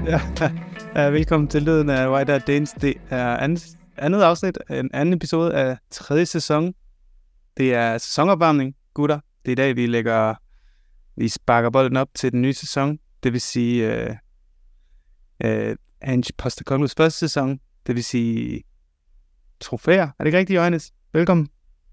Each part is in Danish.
Ja, velkommen til Lyden af White Hart Danes. Det er andet afsnit, en anden episode af 3. sæson. Det er sæsonopvarmning, gutter. Det er i dag, vi sparker bolden op til den nye sæson. Det vil sige Ange Postecoglou's første sæson. Det vil sige trofæer. Er det ikke rigtigt, Johannes? Velkommen.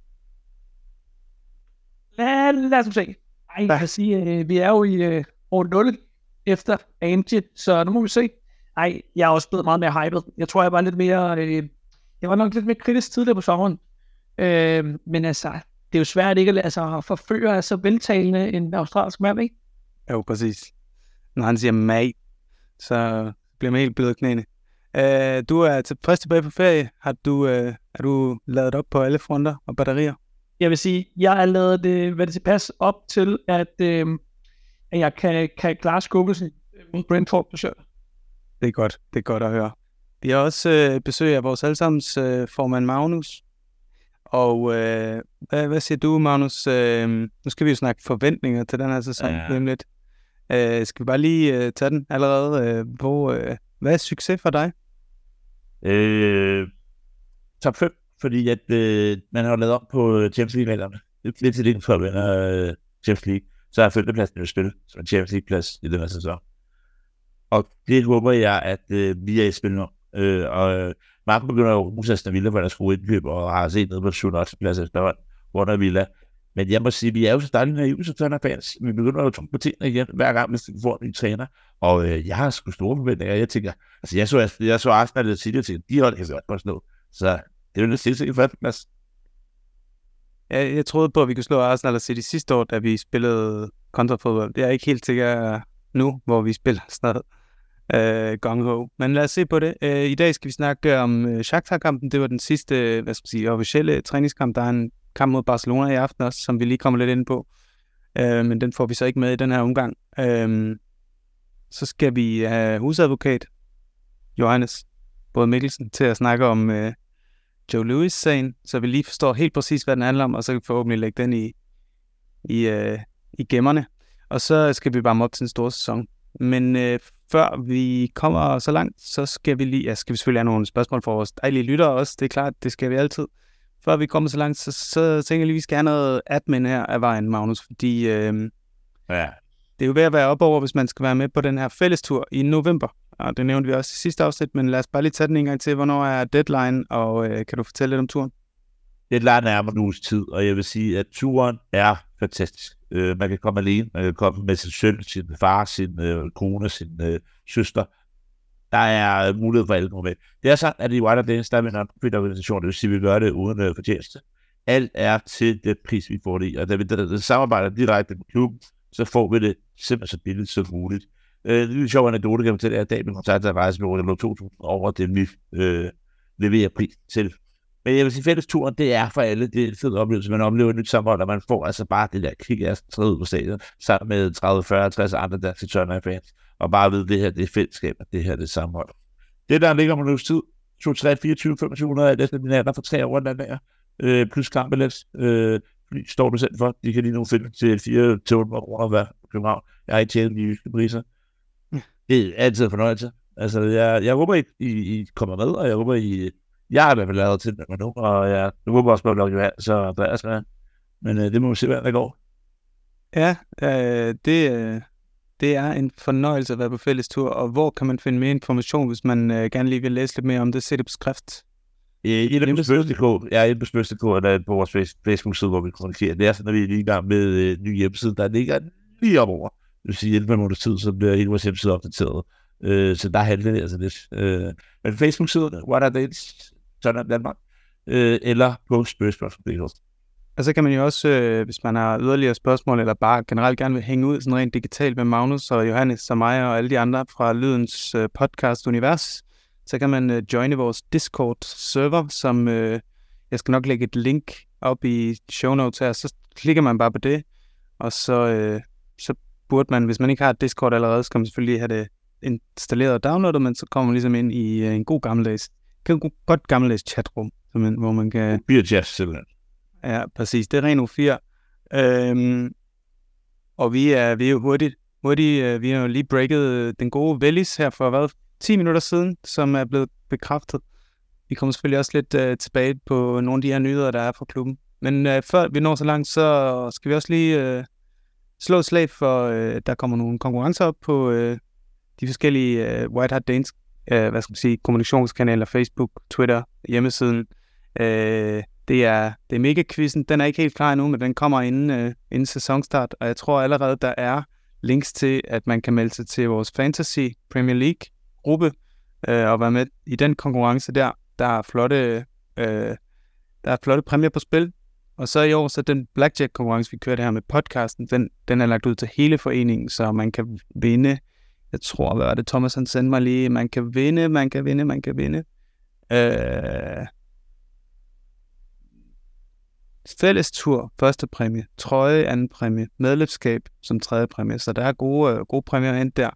Lad os se. Jeg kan sige, vi er jo i år 0 efter Ange, så nu må vi se. Jeg er også blevet meget mere hyped. Jeg tror, jeg var lidt mere... jeg var nok lidt mere kritisk tidligere på sommeren. Men altså, det er jo svært ikke at forføre så veltalende en australsk mand, ikke? Jo, præcis. Når han siger mag, så bliver man helt blød af knæene. Du er først tilbage på ferie. Er du ladet op på alle fronter og batterier? Jeg vil sige, jeg er lavet det tilpas op til, at jeg kan klare skubbelsen mod Brentford på søndag. Det er godt at høre. Vi har også besøg af vores allesammens formand Magnus. Og hvad siger du, Magnus? Nu skal vi jo snakke forventninger til den her sæson. Lidt. Skal vi bare lige tage den allerede? Hvad er succes for dig? Top 5, fordi at man har lavet om på Champions League-reglerne. Lidt til det, for at vinde Champions League. Så er 5. pladsen jo spil som en Champions League-plads i den her sæson. Og det håber jeg, at vi er i spil nu. Og Marco begynder jo at ruse Aston Villa på deres gode indkøb, og har set ned på 7. plads efter under Villa. Men jeg må sige, vi er jo så dejligt naive som sådan fans. Vi begynder jo at tro på tingene igen, hver gang vi får en ny træner. Og jeg har sgu store forventninger. Jeg tænker, altså jeg så Arsenal og City, og tænkte, de hold kan vi godt slå. Så det er jo lidt sindssygt i første plads. Jeg troede på, at vi kunne slå Arsenal og City sidste år, da vi spillede kontrafodbold. Det er ikke helt sikkert nu, hvor vi spiller sådan noget gung-ho. Men lad os se på det. I dag skal vi snakke om Shakhtar-kampen. Det var den sidste, officielle træningskamp. Der er en kamp mod Barcelona i aften også, som vi lige kommer lidt ind på. Men den får vi så ikke med i den her omgang. Så skal vi have husadvokat Johannes Både Mikkelsen til at snakke om Joe Louis-sagen, så vi lige forstår helt præcis, hvad den handler om, og så kan vi forhåbentlig lægge den i gemmerne. Og så skal vi bare op til en stor sæson. Men før vi kommer så langt, så skal vi selvfølgelig have nogle spørgsmål for vores dejlige lyttere også. Det er klart, det skal vi altid. Før vi kommer så langt, så tænker jeg lige, vi skal have noget admin her af vejen, Magnus, fordi det er jo ved at være op over, hvis man skal være med på den her fællestur i november. Og det nævnte vi også i sidste afsnit, men lad os bare lige tage den en gang til. Hvornår er deadline, og kan du fortælle lidt om turen? Deadline er om en uges tid, og jeg vil sige, at turen er fantastisk. Man kan komme alene, man kan komme med sin søn, sin far, sin kone, sin søster. Der er mulighed for alle nu med. Det er sådan, at i White Hart Danes, der er en non-profit-organisation, det vil sige, at vi gør det uden fortjeneste. Alt er til den pris, vi får det i, og da vi samarbejder direkte med klubben, så får vi det simpelthen så billigt som muligt. Det er sjov anekdote, kan jeg fortælle, at dag med kontakt af rejsebureauet, der lå 2.000 over det, vi leverer pris til. Men jeg vil sige, fællesturen, det er for alle. Det er en fed oplevelse. Man oplever et nyt sammenhold, og man får altså bare det der kick af træde ud på stadion, sammen med 30, 40, 50 andre danske Tottenham-fans, og bare vide, det her, det er fællesskab, og det her, det er sammenhold. Det der ligger om en uges tid, 2, 3, 24, 2500 af det, der for 3 år den der, plus kampbillet, står du selv for. De kan lige nu finde til 4 kroner hver København. Jeg har ikke tjent de jyske priser. Det er altid en fornøjelse. Altså, jeg håber, I kommer med, og jeg håber, jeg har i hvert fald lavet til med nu, og jeg håber også på at lave Johan, så Andreas med. Men det må vi se, hvad der går. Ja, det er en fornøjelse at være på fællestur, og hvor kan man finde mere information, hvis man gerne lige vil læse lidt mere om det? Se det på skrift. Inde på Spørgsmål.dk, eller på vores Facebook-side, hvor vi kommunikerer. Det er sådan, at vi er lige i gang med en ny hjemmeside, der ligger lige op over. Det vil sige, inden for en måneds tid, så bliver hele vores hjemmeside opdateret. Så der handler det altså lidt. Men Facebook-siden, White Hart Danes, Tottenham Danmark, eller på Spørgsmål.dk. Og så kan man jo også, hvis man har yderligere spørgsmål, eller bare generelt gerne vil hænge ud sådan rent digitalt med Magnus og Johannes og mig og alle de andre fra Lydens podcast-univers, så kan man joine vores Discord-server, som jeg skal nok lægge et link op i show notes her, så klikker man bare på det, og så burde man, hvis man ikke har et Discord allerede, så kan man selvfølgelig have det installeret og downloadet, men så kommer man ligesom ind i en god godt gammeldags chatrum, hvor man kan... Chat, simpelthen. Ja, præcis. Det er ren U4. Og vi er jo hurtigt hurtigt. Vi har jo lige breaket den gode Vellis her for 10 minutter siden, som er blevet bekræftet. Vi kommer selvfølgelig også lidt tilbage på nogle af de her nyheder, der er fra klubben. Men før vi når så langt, så skal vi også lige slå et slag for, der kommer nogle konkurrencer op på de forskellige White Hart Danes kommunikationskanaler, Facebook, Twitter, hjemmesiden. Det er Mega-quizzen. Den er ikke helt klar endnu, men den kommer inden sæsonstart, og jeg tror allerede, der er links til, at man kan melde sig til vores Fantasy Premier League-gruppe og være med i den konkurrence der. Der er flotte præmier på spil. Og så i år, så den Blackjack-konkurrence, vi kørte her med podcasten, den er lagt ud til hele foreningen, så man kan vinde. Jeg tror, hvad var det, Thomas han sendte mig lige? Man kan vinde. Fællestur, første præmie. Trøje, anden præmie. Medlemskab som tredje præmie. Så der er gode præmier hen der.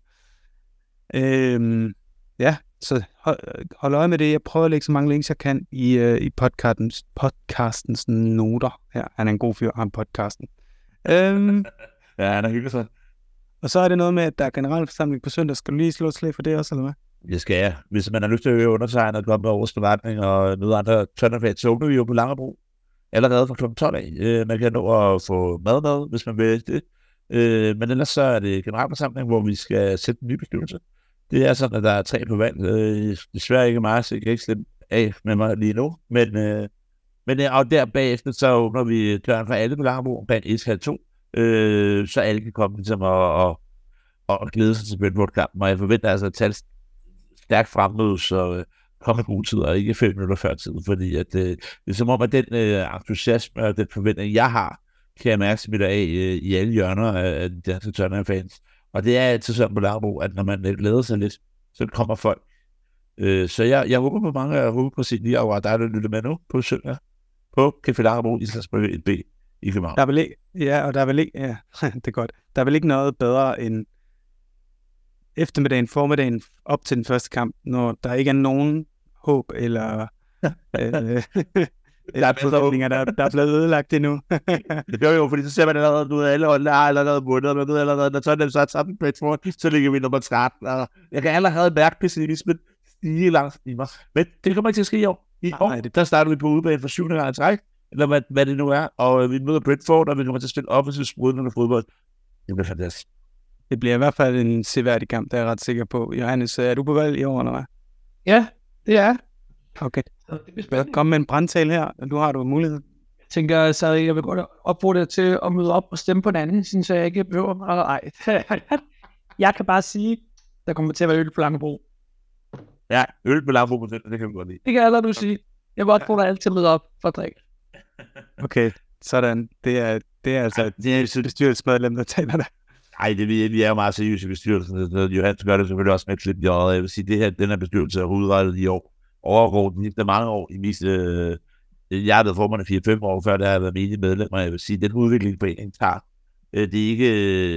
Ja, så hold øje med det. Jeg prøver at lægge så mange links, jeg kan i podcastens noter. Her, han er en god fyr, ham podcasten. Ja, han er hyggelig så. Og så er det noget med, at der er generalforsamling på søndag. Skal du lige slå et slag for det også, eller hvad? Det skal jeg. Hvis man har lyst til at øve undertegnet og komme på vores forretning og noget andre tønderfat, så åbner vi jo på Langebro allerede fra kl. 12 af. Man kan nå at få mad med, hvis man vil det. Men ellers så er det generalforsamling, hvor vi skal sætte en ny bestyrelse. Det er sådan, at der er 3 på valg. Desværre ikke meget, så jeg kan ikke slippe af med mig lige nu. Men og der bagefter, så åbner vi døren for alle på Langebro omkring 1.30, så alle kan komme ligesom og glæde sig til Brentford-kampen. Og jeg forventer altså at tage stærkt fremmøde, så komme i god tid, og ikke 5 minutter før tid, fordi at, det er som om, at den entusiasme og den forventning, jeg har, kan jeg mærke sig af i alle hjørner af de danske Tottenham-fans. Og det er altid sådan på Langebro, at når man glæder sig lidt, så kommer folk. Så jeg håber på mange, jeg håber på sit lige over, at der er der lytter med nu på søndag på Café Langebro, Islandsbrygge 1B i København. Der er vel ikke, det er godt. Der er vel ikke noget bedre end eftermiddagen, formiddagen op til den første kamp, når der ikke er nogen håb eller der er blevet ødelagt endnu. Det gør jo, fordi så ser man allerede, nu alle hold er allerede vundet, men nu allerede, når sådan så er sammen Brentford, så ligger vi nummer 13. Jeg kan allerede mærke pessimismen stige langt i mig. Men det kommer ikke til at ske i år. Der starter vi på udebane for 7. gang træk, eller hvad det nu er, og vi møder Brentford, og vi kommer til at spille offensivt sprudlende fodbold. Det bliver fantastisk. Det bliver i hvert fald en seværdig kamp, der er jeg ret sikker på. Johannes, er du på valg i år, eller hvad? Ja, det er. Okay. Kom med en brandtale her, og nu har du mulighed. Jeg tænker, så jeg vil godt opfordre dig til at møde op og stemme på den anden, så jeg ikke behøver meget. Jeg kan bare sige, der kommer til at være øl på Langebro. Ja, øl på Langebro, det kan vi godt lide. Det kan jeg allerede sige. Jeg vil opfordre dig altid at møde op for at drikke. Okay, sådan. Det er altså bestyrelsesmedlem, der taler der. Nej, vi er jo meget seriøse i bestyrelsen. Johannes gør det selvfølgelig også med et klip i øjet. Jeg vil sige, den her bestyrelse er udrettet i år. Overgår den efter mange år. I mest, jeg har været formand 4-5 år før, der har været menig medlem, og jeg vil sige, den udvikling på en tager. Det er ikke,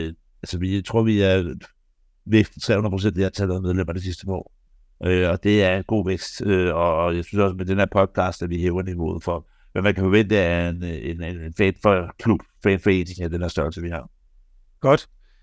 jeg tror, vi er vækst 300% det antallet medlemmer det sidste år. Og det er en god vækst, og jeg synes også, med den her podcast, at vi hæver niveauet for, hvad man kan forvente af en fan for klub, fanforening af den her størrelse, vi har. Godt.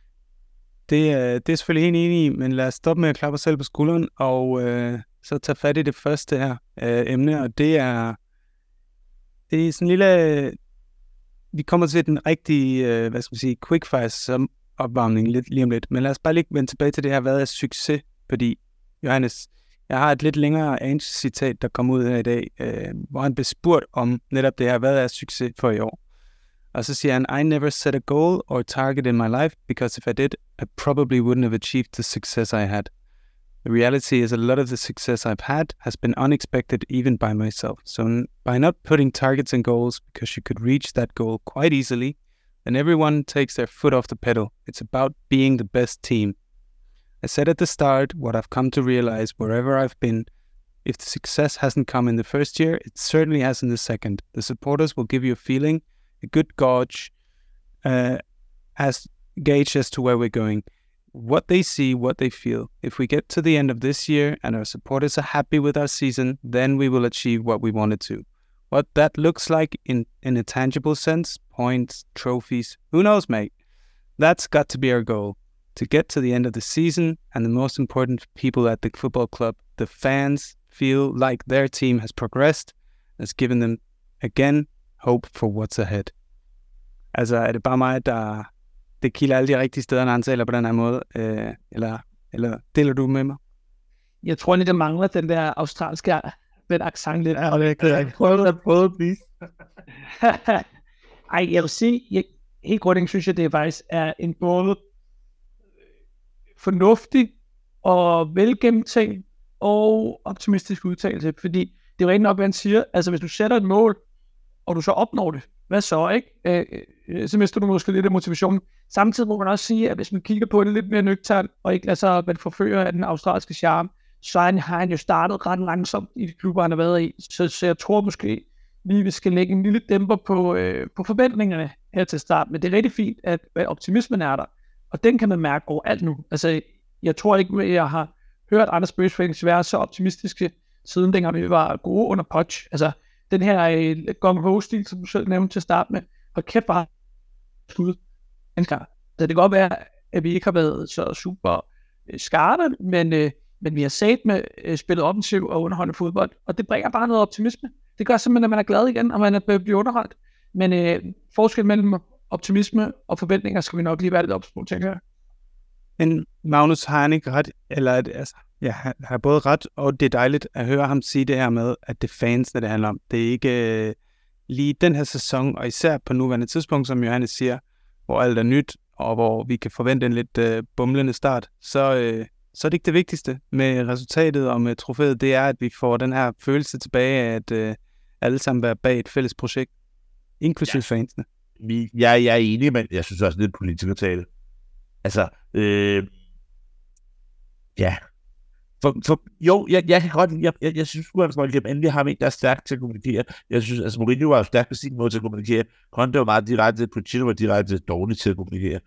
Det er selvfølgelig helt enig i, men lad os stoppe med at klappe os selv på skulderen, og så tage fat i det første her emne, og det er sådan en lille, vi kommer til den rigtige, quickfire som opvarmning lige om lidt, men lad os bare lige vende tilbage til det her, hvad er succes, fordi Johannes, jeg har et lidt længere Ange-citat, der kom ud her i dag, hvor han blev spurgt om netop det her, hvad er succes for i år? Og så siger han, I never set a goal or target in my life, because if I did, I probably wouldn't have achieved the success I had. The reality is a lot of the success I've had has been unexpected even by myself. So by not putting targets and goals, because you could reach that goal quite easily, then everyone takes their foot off the pedal. It's about being the best team. I said at the start, what I've come to realize wherever I've been, if the success hasn't come in the first year, it certainly has in the second. The supporters will give you a feeling, a good gauge as to where we're going. What they see, what they feel. If we get to the end of this year and our supporters are happy with our season, then we will achieve what we wanted to. What that looks like in a tangible sense, points, trophies, who knows, mate? That's got to be our goal. To get to the end of the season, and the most important people at the football club, the fans, feel like their team has progressed, has given them, again, hope for what's ahead. Altså, er det bare mig, der det kilder alle de rigtige steder, når han taler på den her måde? Eller deler du med mig? Jeg tror lidt, der mangler den der australske med accent lidt. Ja, det kan jeg prøve, please. Ej, jeg vil sige, helt grundlæggende synes jeg, det faktisk er en både fornuftig og velgennemtænkt og optimistisk udtalelse, fordi det er jo rent nok, hvad han siger. Altså, hvis du sætter et mål, og du så opnår det, hvad så, ikke? Så mister du måske lidt af motivationen. Samtidig må man også sige, at hvis man kigger på det lidt mere nøgternt, og ikke lader sig forføre af den australske charme, så har han jo startet ret langsomt i de klubber, han har været i. Så jeg tror måske, vi skal lægge en lille dæmper på forventningerne her til start. Men det er rigtig fint, at optimismen er der. Og den kan man mærke overalt nu. Altså, jeg tror ikke, at jeg har hørt andre Spurs-fans være så optimistiske, siden dengang vi var gode under Poch. Altså, den her gung-ho-stil, som du selv nævnte til at starte med, og kæft bare skud. Så det kan godt være, at vi ikke har været så super skarpe, men vi har sat med spillet offensiv og underholdende fodbold, og det bringer bare noget optimisme. Det gør simpelthen, at man er glad igen, og man er blevet underholdt. Men forskel mellem optimisme og forventninger skal vi nok lige være lidt ops på, tænker jeg. Men Magnus, har han ikke ret? Eller altså, ja, han har både ret, og det er dejligt at høre ham sige det her med, at det er fansene, det handler om. Det er ikke lige den her sæson, og især på nuværende tidspunkt, som Johannes siger, hvor alt er nyt, og hvor vi kan forvente en lidt bumlende start, så er det ikke det vigtigste med resultatet og med trofæet. Det er, at vi får den her følelse tilbage af, at alle sammen er bag et fælles projekt, inklusive fansene. Jeg er enig, men jeg synes også, det er et politikertale. Altså, ja. Jeg kan godt, jeg synes, at man endelig har en, der er stærk til at kommunikere. Jeg synes, altså Mourinho var jo stærk på sin måde til at kommunikere. Conte var meget direkte, Pochettino var direkte dårlig til at kommunikere.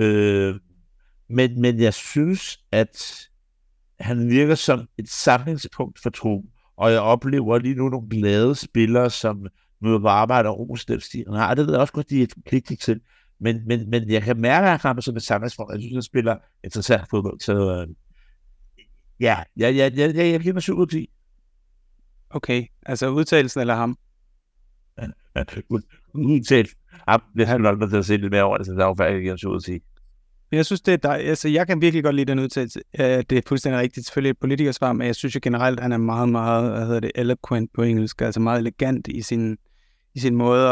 Men jeg synes, at han virker som et samlingspunkt for truppen, og jeg oplever lige nu nogle glade spillere, som møder på arbejde og rosenstempstilen. Det ved jeg også godt, de er forpligtet til. Men jeg kan mærke, at han har som et samlingspunkt. Jeg synes, han spiller interessant fodbold. Så ja, jeg giver mig 7 ud af 10. Okay, altså udtalelsen eller ham? Udtalelsen. Det har nok til at se lidt mere over det, så der er jo færdigt, jeg giver mig 7 ud af 10. Jeg synes, det er dejligt. Altså, jeg kan virkelig godt lide den udtalelse. Det er fuldstændig rigtigt, selvfølgelig et politikersvar, men jeg synes jo generelt, at han er meget, meget, eloquent på engelsk, altså meget elegant i sin måde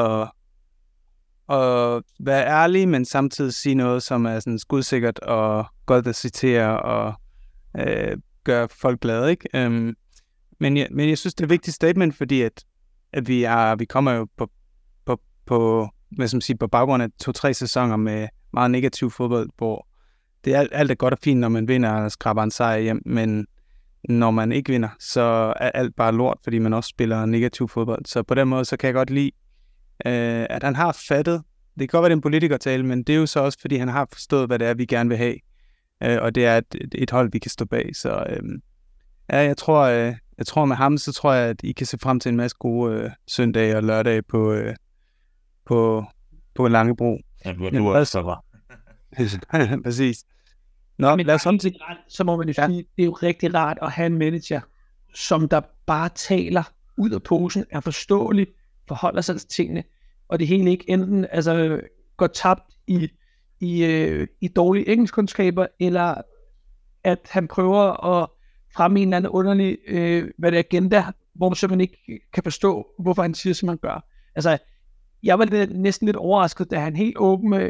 at være ærlig, men samtidig sige noget, som er sådan skudsikkert og godt at citere og gøre folk glade, ikke? Men jeg synes, det er et vigtigt statement, fordi at vi kommer jo på hvad skal man sige, på baggrund af 2-3 sæsoner med meget negativ fodbold, hvor det er alt er godt og fint, når man vinder og skraber en sejr hjem, men når man ikke vinder, så er alt bare lort, fordi man også spiller negativ fodbold. Så på den måde, så kan jeg godt lide, at han har fattet, det kan godt være, det er en politikertale, men det er jo så også, fordi han har forstået, hvad det er, vi gerne vil have, og det er et hold, vi kan stå bag. Så ja, jeg tror med ham, så tror jeg, at I kan se frem til en masse gode søndage og lørdage på Langebro. Ja, du er så var. Præcis. Nå, men lad os så må man jo sige, det er jo rigtig rart at have en manager, som der bare taler ud af posen, er forståelig, forholder sig til tingene, og det hele ikke enten går tabt i dårlige engelskkundskaber, eller at han prøver at fremme en eller anden underlig agenda, hvor man simpelthen ikke kan forstå, hvorfor han siger, som han gør. Altså, jeg var næsten lidt overrasket, da han helt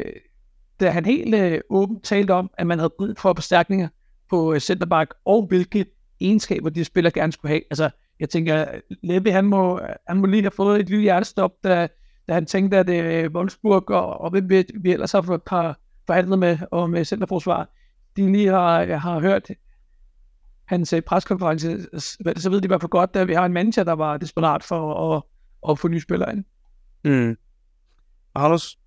åbent talte om, at man havde brug for forstærkninger på centerback, og hvilke egenskaber de spillere gerne skulle have. Altså, jeg tænker, Levy, han må lige have fået et lille hjertestop, da han tænkte, at Wolfsburg og hvem vi ellers har fået et par forhandlet med, og med centerforsvar, de lige har hørt hans preskonference, så ved de bare for godt, at vi har en manager, der var desperat for at få nye spillere ind. Magnus?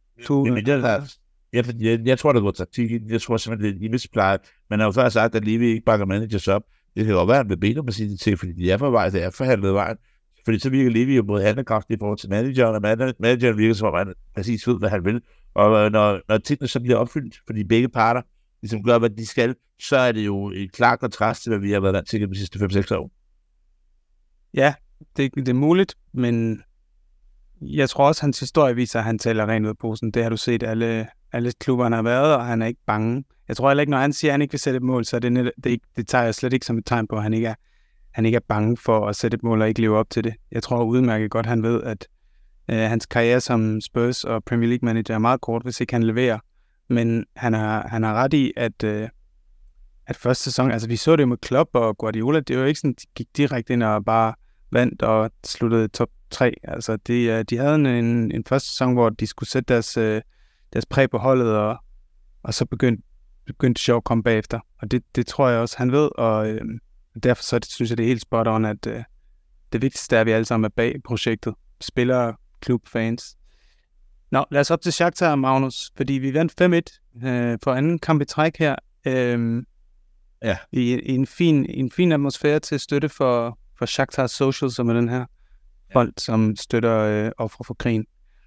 Jeg tror, det var taktik. Jeg tror simpelthen, det er mispleje. Man har jo før sagt, at Levy ikke bakker managers op. Det kan jo være, at han vil bede om at sige det til, fordi de er på vej, det er forhandlet vejen. Fordi så virker Levy jo både handlekraftig i forhold til manageren, og manageren virker som om, han præcis ved, hvad han vil. Og når tingene så bliver opfyldt, fordi begge parter, ligesom gør, hvad de skal, så er det jo en klar kontrast til, hvad vi har været vant til de sidste 5-6 år. Ja, det er muligt, men jeg tror også, hans historie viser, at han taler rent ud af posen. Det har du set alle klubberne har været, og han er ikke bange. Jeg tror heller ikke, når han siger, at han ikke vil sætte et mål, så det tager jeg slet ikke som et tegn på, at han ikke er bange for at sætte et mål og ikke leve op til det. Jeg tror udmærket godt, han ved, at hans karriere som Spurs og Premier League manager er meget kort, hvis ikke han leverer. Men han har ret i, at første sæson, altså vi så det med Klopp og Guardiola, det er jo ikke sådan, de gik direkte ind og bare vandt og sluttede top 3. Altså de havde en første sæson, hvor de skulle sætte deres præg på holdet, og så begyndte sjov at komme bagefter. Og det tror jeg også, han ved, og derfor så synes jeg, det er helt spot on, at det vigtigste er, at vi alle sammen er bag projektet. Spillere, klub, fans. Nå, lad os op til Shakhtar, Magnus, fordi vi vandt 5-1 for anden kamp i træk her. Ja. I en fin atmosfære til støtte for Shakhtar Social, som er den her fond, som støtter ofre for krigen.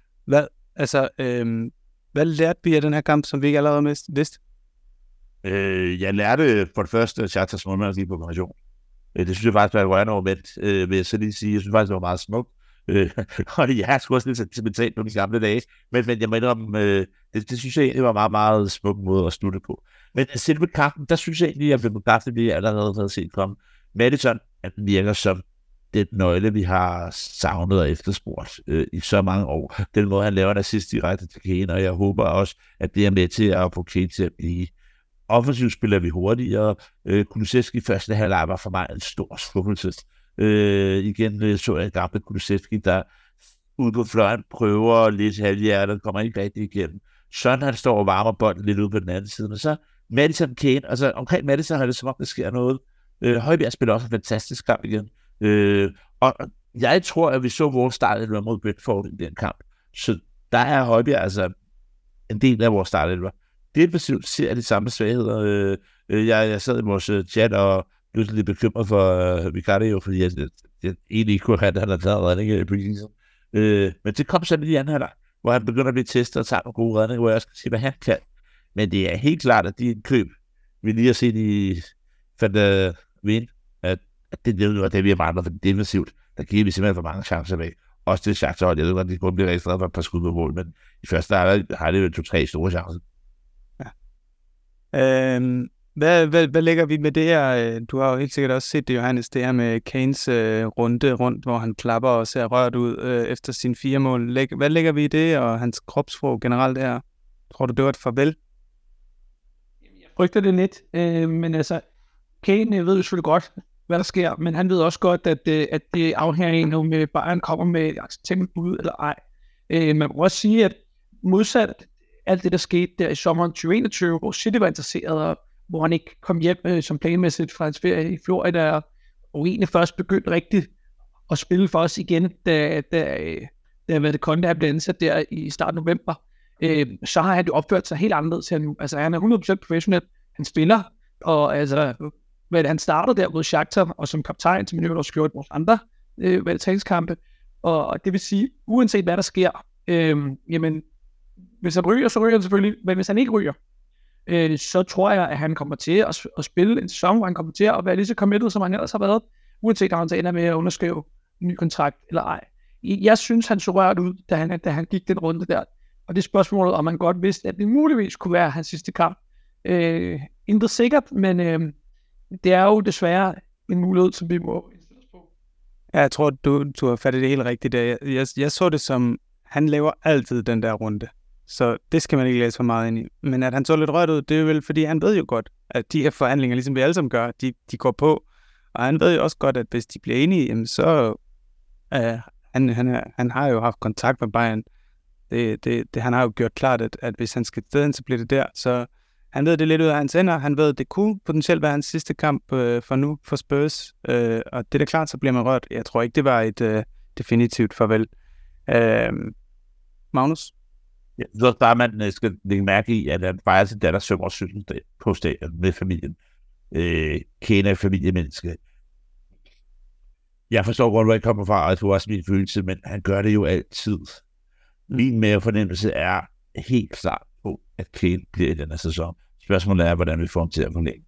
Hvad lærte vi af den her kamp, som vi ikke allerede vidste? Jeg lærte for det første, at Shakhtars målmand gik på pension. Det synes jeg faktisk var et rørende moment, vil jeg så lige sige. Jeg synes faktisk, det var meget smukt. Og jeg har sgu også lidt sentimentalt på de gamle dage. Men jeg mener om, det synes jeg egentlig var meget, meget smuk måde at slutte på. Men selve kampen, der synes jeg egentlig, at jeg blev bekræftet, vi allerede havde set komme. Maddison, at den virker som den nøgle, vi har savnet og efterspurgt i så mange år. Den måde, han laver en assist direkte til Kane, og jeg håber også, at det er med til at få Kane til at blive. Offensivt spiller vi hurtigere. Kulusevski i første halvleg var for mig en stor skuffelse. Igen så jeg gamle Kulusevski, der ude på fløjen prøver lidt halvhjertet, kommer ikke rigtig igennem. Sådan han står og varmer bolden lidt ude på den anden side. Og så Maddison Kane, altså omkring Maddison har det som om, der sker noget. Højbjerg spiller også en fantastisk kamp igen. Og jeg tror, at vi så vores startelver mod Brentford i den kamp. Så der er Højbjerg altså en del af vores startelver. Defensivt ser de samme svagheder. Jeg sad i vores chat og blev lidt bekymret for Vicario, fordi jeg egentlig ikke kunne have, at han havde taget redning i preseason. Men det kom sådan i anden halvleg, hvor han begynder at blive testet og tager nogle gode redninger, hvor jeg skal se, hvad han kan. Men det er helt klart, at de køb, vi lige har set i Fanta Vin, at det er det, vi har manglet for defensivt. Der giver vi simpelthen for mange chancer væk. Også til Shakhtar, jeg ved godt, at de kun bliver registreret for et par skud på mål, men i første har det jo 2-3 store chancer. Hvad lægger vi med det her? Du har jo helt sikkert også set det, Johannes, det her med Kanes runde rundt, hvor han klapper og ser rørt ud efter sine 4 mål. Hvad lægger vi i det, og hans kropsprog generelt her? Tror du, det var et farvel? Jeg frygter det lidt, men altså, Kane ved jo selvfølgelig godt, hvad der sker, men han ved også godt, at det afhænger af, om Bayern kommer med et acceptabelt bud eller ej. Man må også sige, at modsat alt det, der skete der i sommeren 2021, hvor City var interesseret, og hvor han ikke kom hjem som planmæssigt fra hans ferie i Florida, og egentlig først begyndte rigtigt at spille for os igen, da det Conte blev ansat der i starten af november, så har han jo opført sig helt anderledes nu. Altså han er 100% professionel, han spiller, og altså, han startede der mod Shakhtar, og som kaptajn, som han også gjort vores andre træningskampe, og det vil sige, uanset hvad der sker, jamen, hvis han ryger, så ryger han selvfølgelig, men hvis han ikke ryger, så tror jeg, at han kommer til at spille en sæson, hvor han kommer til at være lige så committed, som han ellers har været, uanset om han så ender med at underskrive en ny kontrakt eller ej. Jeg synes, han så rørt ud, da han gik den runde der. Og det er spørgsmålet, om man godt vidste, at det muligvis kunne være hans sidste kamp. Intet sikkert, men det er jo desværre en mulighed, som vi må indstille os på. Ja, jeg tror, du har fattet det helt rigtigt der. Jeg så det som, han laver altid den der runde. Så det skal man ikke læse for meget ind i. Men at han så lidt rørt ud, det er vel, fordi han ved jo godt, at de her forhandlinger, ligesom vi alle sammen gør, de går på. Og han ved jo også godt, at hvis de bliver enige, jamen så han har jo haft kontakt med Bayern. Han har jo gjort klart, at hvis han skal steden, så bliver det der. Så han ved det lidt ud af hans ender. Han ved, at det kunne potentielt være hans sidste kamp for Spurs. Og det er da klart, så bliver man rørt. Jeg tror ikke, det var et definitivt farvel. Magnus? Ja, så der man skal lægge mærke i, at han fejrer sin datter sømmer 17 på stadion med familien. Kender familiemenneske. Jeg forstår godt, hvor jeg kommer fra, og det var også min følelse, men han gør det jo altid. Min mavefornemmelse er helt klart på, at Kane bliver i denne sæson. Spørgsmålet er, hvordan vi får ham til at forlænge.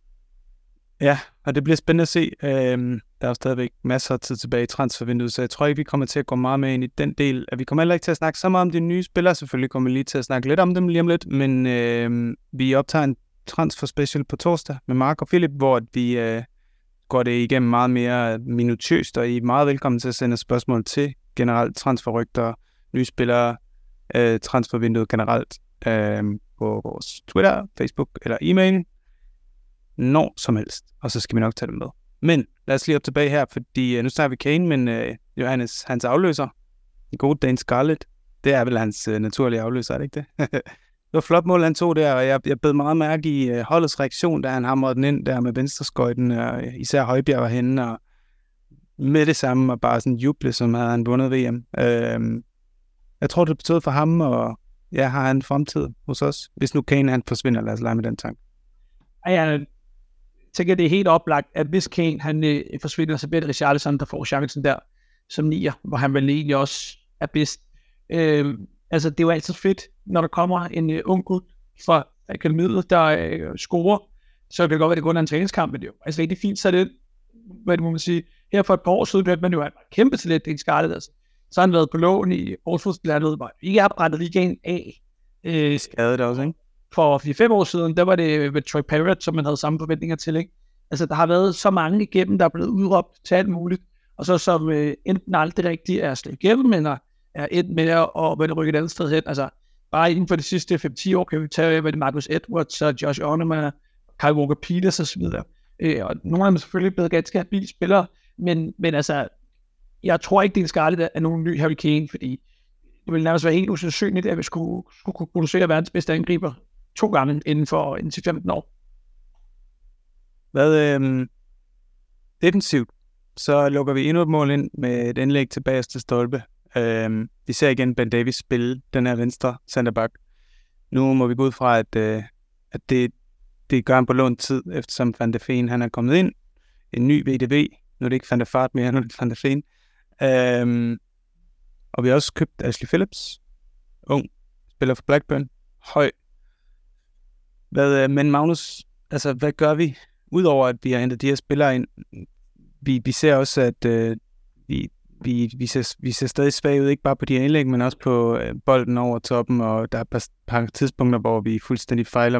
Ja, og det bliver spændende at se. Der er jo stadigvæk masser af tid tilbage i transfervinduet, så jeg tror ikke, vi kommer til at gå meget med ind i den del. At vi kommer heller ikke til at snakke så meget om de nye spillere. Selvfølgelig kommer vi lige til at snakke lidt om dem lige om lidt, men vi optager en transfer special på torsdag med Mark og Philip, hvor vi går det igennem meget mere minutiøst, og I er meget velkommen til at sende spørgsmål til generelt transferrygter, nye spillere, transfervinduet generelt på vores Twitter, Facebook eller e-mail, når som helst, og så skal vi nok tage det med. Men lad os lige op tilbage her, fordi nu snakker vi Kane, men Johannes, hans afløser, den gode Dan Scarlett, det er vel hans naturlige afløser, er det ikke det? Det var flot mål, han tog der, og jeg bed meget mærke i holdets reaktion, da han hamrede den ind der med venstreskøjten, og især Højbjerg var henne, og med det samme, og bare sådan juble, som havde han vundet VM. Jeg tror, det betød for ham, og ja, har han fremtid hos os, hvis nu Kane han forsvinder, lad os lege med den tanke. Jeg tænker, det er helt oplagt, at hvis Kane han forsvinder, så bliver det Richarlison, der får chancen der som nier, hvor han vel egentlig også er bedst. Altså, det er jo altid fedt, når der kommer en ung gut fra akademiet, der scorer, så kan det godt være, det kun er en træningskamp, men det er jo altså rigtig fint, så det, hvad det må man sige, her for et par år siden, hørte man jo, at kæmpe talent, det er Scarlett, altså. Så har han været på lån i Aarhuslandet, hvor ikke har brættet ligaen af. Skadet også, ikke? For 4-5 år siden, der var det med Troy Parrott, som man havde samme forventninger til, ikke? Altså, der har været så mange igennem, der er blevet udråbt til alt muligt, og så som enten aldrig rigtig er slet igennem, eller er endt med at rykke et andet sted hen. Altså, bare inden for de sidste 5-10 år, kan vi tage med Marcus Edwards og Josh Onema, Kyle Walker-Peters og så videre. Og nogle af dem er selvfølgelig blevet ganske habile spillere, men altså, jeg tror ikke, det er Scarlett af nogen ny Harry Kane, fordi det ville nærmest være helt usandsynligt, at vi skulle kunne producere verdens bedste angriber 2 gange inden for 15 år. Defensivt, så lukker vi endnu et mål ind med et indlæg til bagerste stolpe. Vi ser igen Ben Davies spille den her venstre centerback. Nu må vi gå ud fra, at det gør han på lånt tid, eftersom Van de Ven han er kommet ind. En ny VDV. Nu er det ikke Van der Fart mere, nu er det Van de Ven. Og vi har også købt Ashley Phillips. Ung. Spiller for Blackburn. Høj. Men Magnus, altså hvad gør vi? Udover at vi har hentet de her spillere ind, vi ser også, at vi ser stadig svage ud, ikke bare på de indlæg, men også på bolden over toppen, og der er et par tidspunkter, hvor vi fuldstændig fejler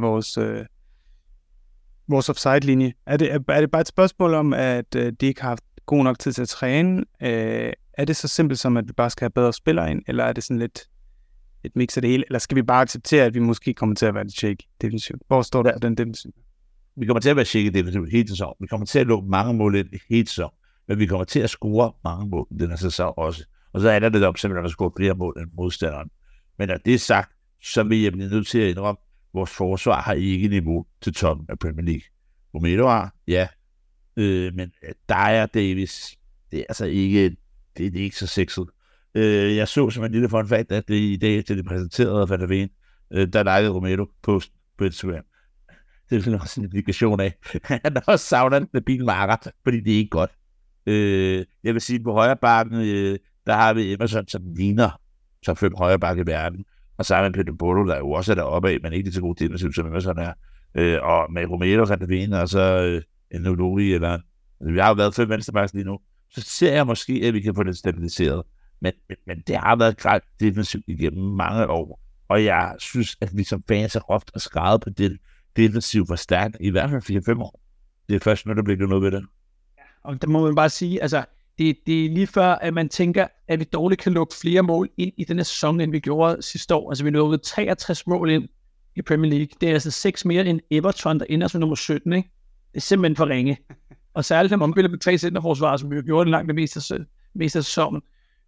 vores offside-linje. Er det bare et spørgsmål om, at de ikke har haft god nok tid til at træne? Er det så simpelt som, at vi bare skal have bedre spillere ind, eller er det sådan lidt et mix af det hele, eller skal vi bare acceptere, at vi måske kommer til at være lidt shaky defensivt? Hvor står der den defensiv? Vi kommer til at være shaky defensivt hele sæsonen. Vi kommer til at lukke mange mål ind hele sæsonen, men vi kommer til at score mange mål den her sæson også. Og så er det op, simpelthen at score flere mål end modstanderen. Men når det er sagt, så vil jeg blive nødt til at indrømme, at vores forsvar har ikke niveau til toppen af Premier League. Romero har, ja, men Dyer Davis, det er altså ikke, det er ikke så sexet. Jeg så som en lille fun fact, at det i dag, til det præsenterede Van der Ven, der likede Romero post på Instagram. Det er også en indikation af, han også savner en stabil marker, fordi det er ikke godt. Jeg vil sige, på højre bakken, der har vi Emerson, som ligner som 5 højre bakke i verden, og så har man Pedro Porro, der jo også er deroppe af, men ikke lige så god defensiv, som Emerson er. Og med Romero, Van der Ven, og så en Nolori, eller vi har jo været 5 venstrebacks lige nu, så ser jeg måske, at vi kan få det stabiliseret. Men det har været klart defensivt igennem mange år, og jeg synes, at vi som fans har ofte skrevet på det defensivt forstærkning, i hvert fald 4-5 år. Det er først nu, der bliver noget ved det. Ja, og der må man bare sige, altså, det er lige før, at man tænker, at vi dårligt kan lukke flere mål ind i denne sæson, end vi gjorde sidste år. Altså, vi nåede 63 mål ind i Premier League. Det er altså 6 mere end Everton, der ender som nummer 17, ikke? Det er simpelthen for ringe. Og særligt, når man spiller med 3 centerforsvar, som vi jo gjorde det langt det meste af sæsonen.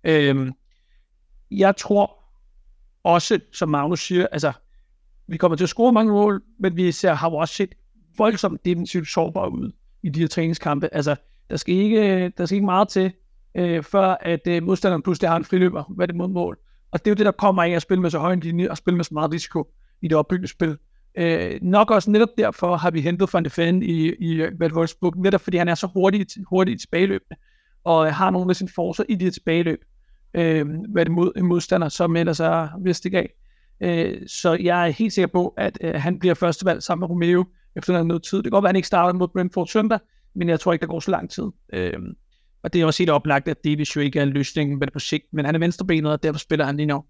Jeg tror også, som Magnus siger, altså, vi kommer til at score mange mål, men vi har jo også set voldsomt defensivt sårbare ud i de her træningskampe. Altså, der skal ikke meget til, før at modstanderen pludselig har en friløber, hvad det mod mål. Og det er jo det, der kommer af at spille med så høj en linje, og spille med så meget risiko i det opbyggende spil. Nok også netop derfor har vi hentet Van de Ven i Wolfsburg, netop fordi han er så hurtig i tilbageløbene, og har nogle af sine forser i de her tilbageløb, mod en modstander, som ellers er vist ikke af. Så jeg er helt sikker på, at han bliver førstevalg sammen med Romeo efter noget tid. Det kan godt være, at han ikke starter mod Brentford søndag, men jeg tror ikke, der går så lang tid. Og det er også helt oplagt, at Davies jo ikke er en løsning med det på sigt, men han er venstrebenet, og derfor spiller han lige nu.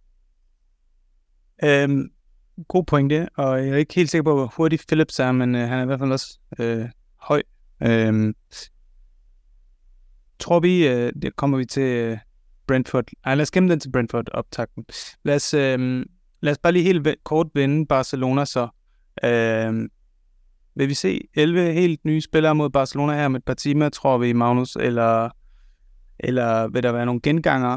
God pointe, og jeg er ikke helt sikker på, hvor hurtig Phillips er, men han er i hvert fald også høj. Tror vi, det kommer vi til Brentford. Lad os gemme den til Brentford optakten. Lad os bare lige helt kort vende Barcelona så. Vil vi se 11 helt nye spillere mod Barcelona her med et par timer, tror vi, Magnus, eller vil der være nogle genganger?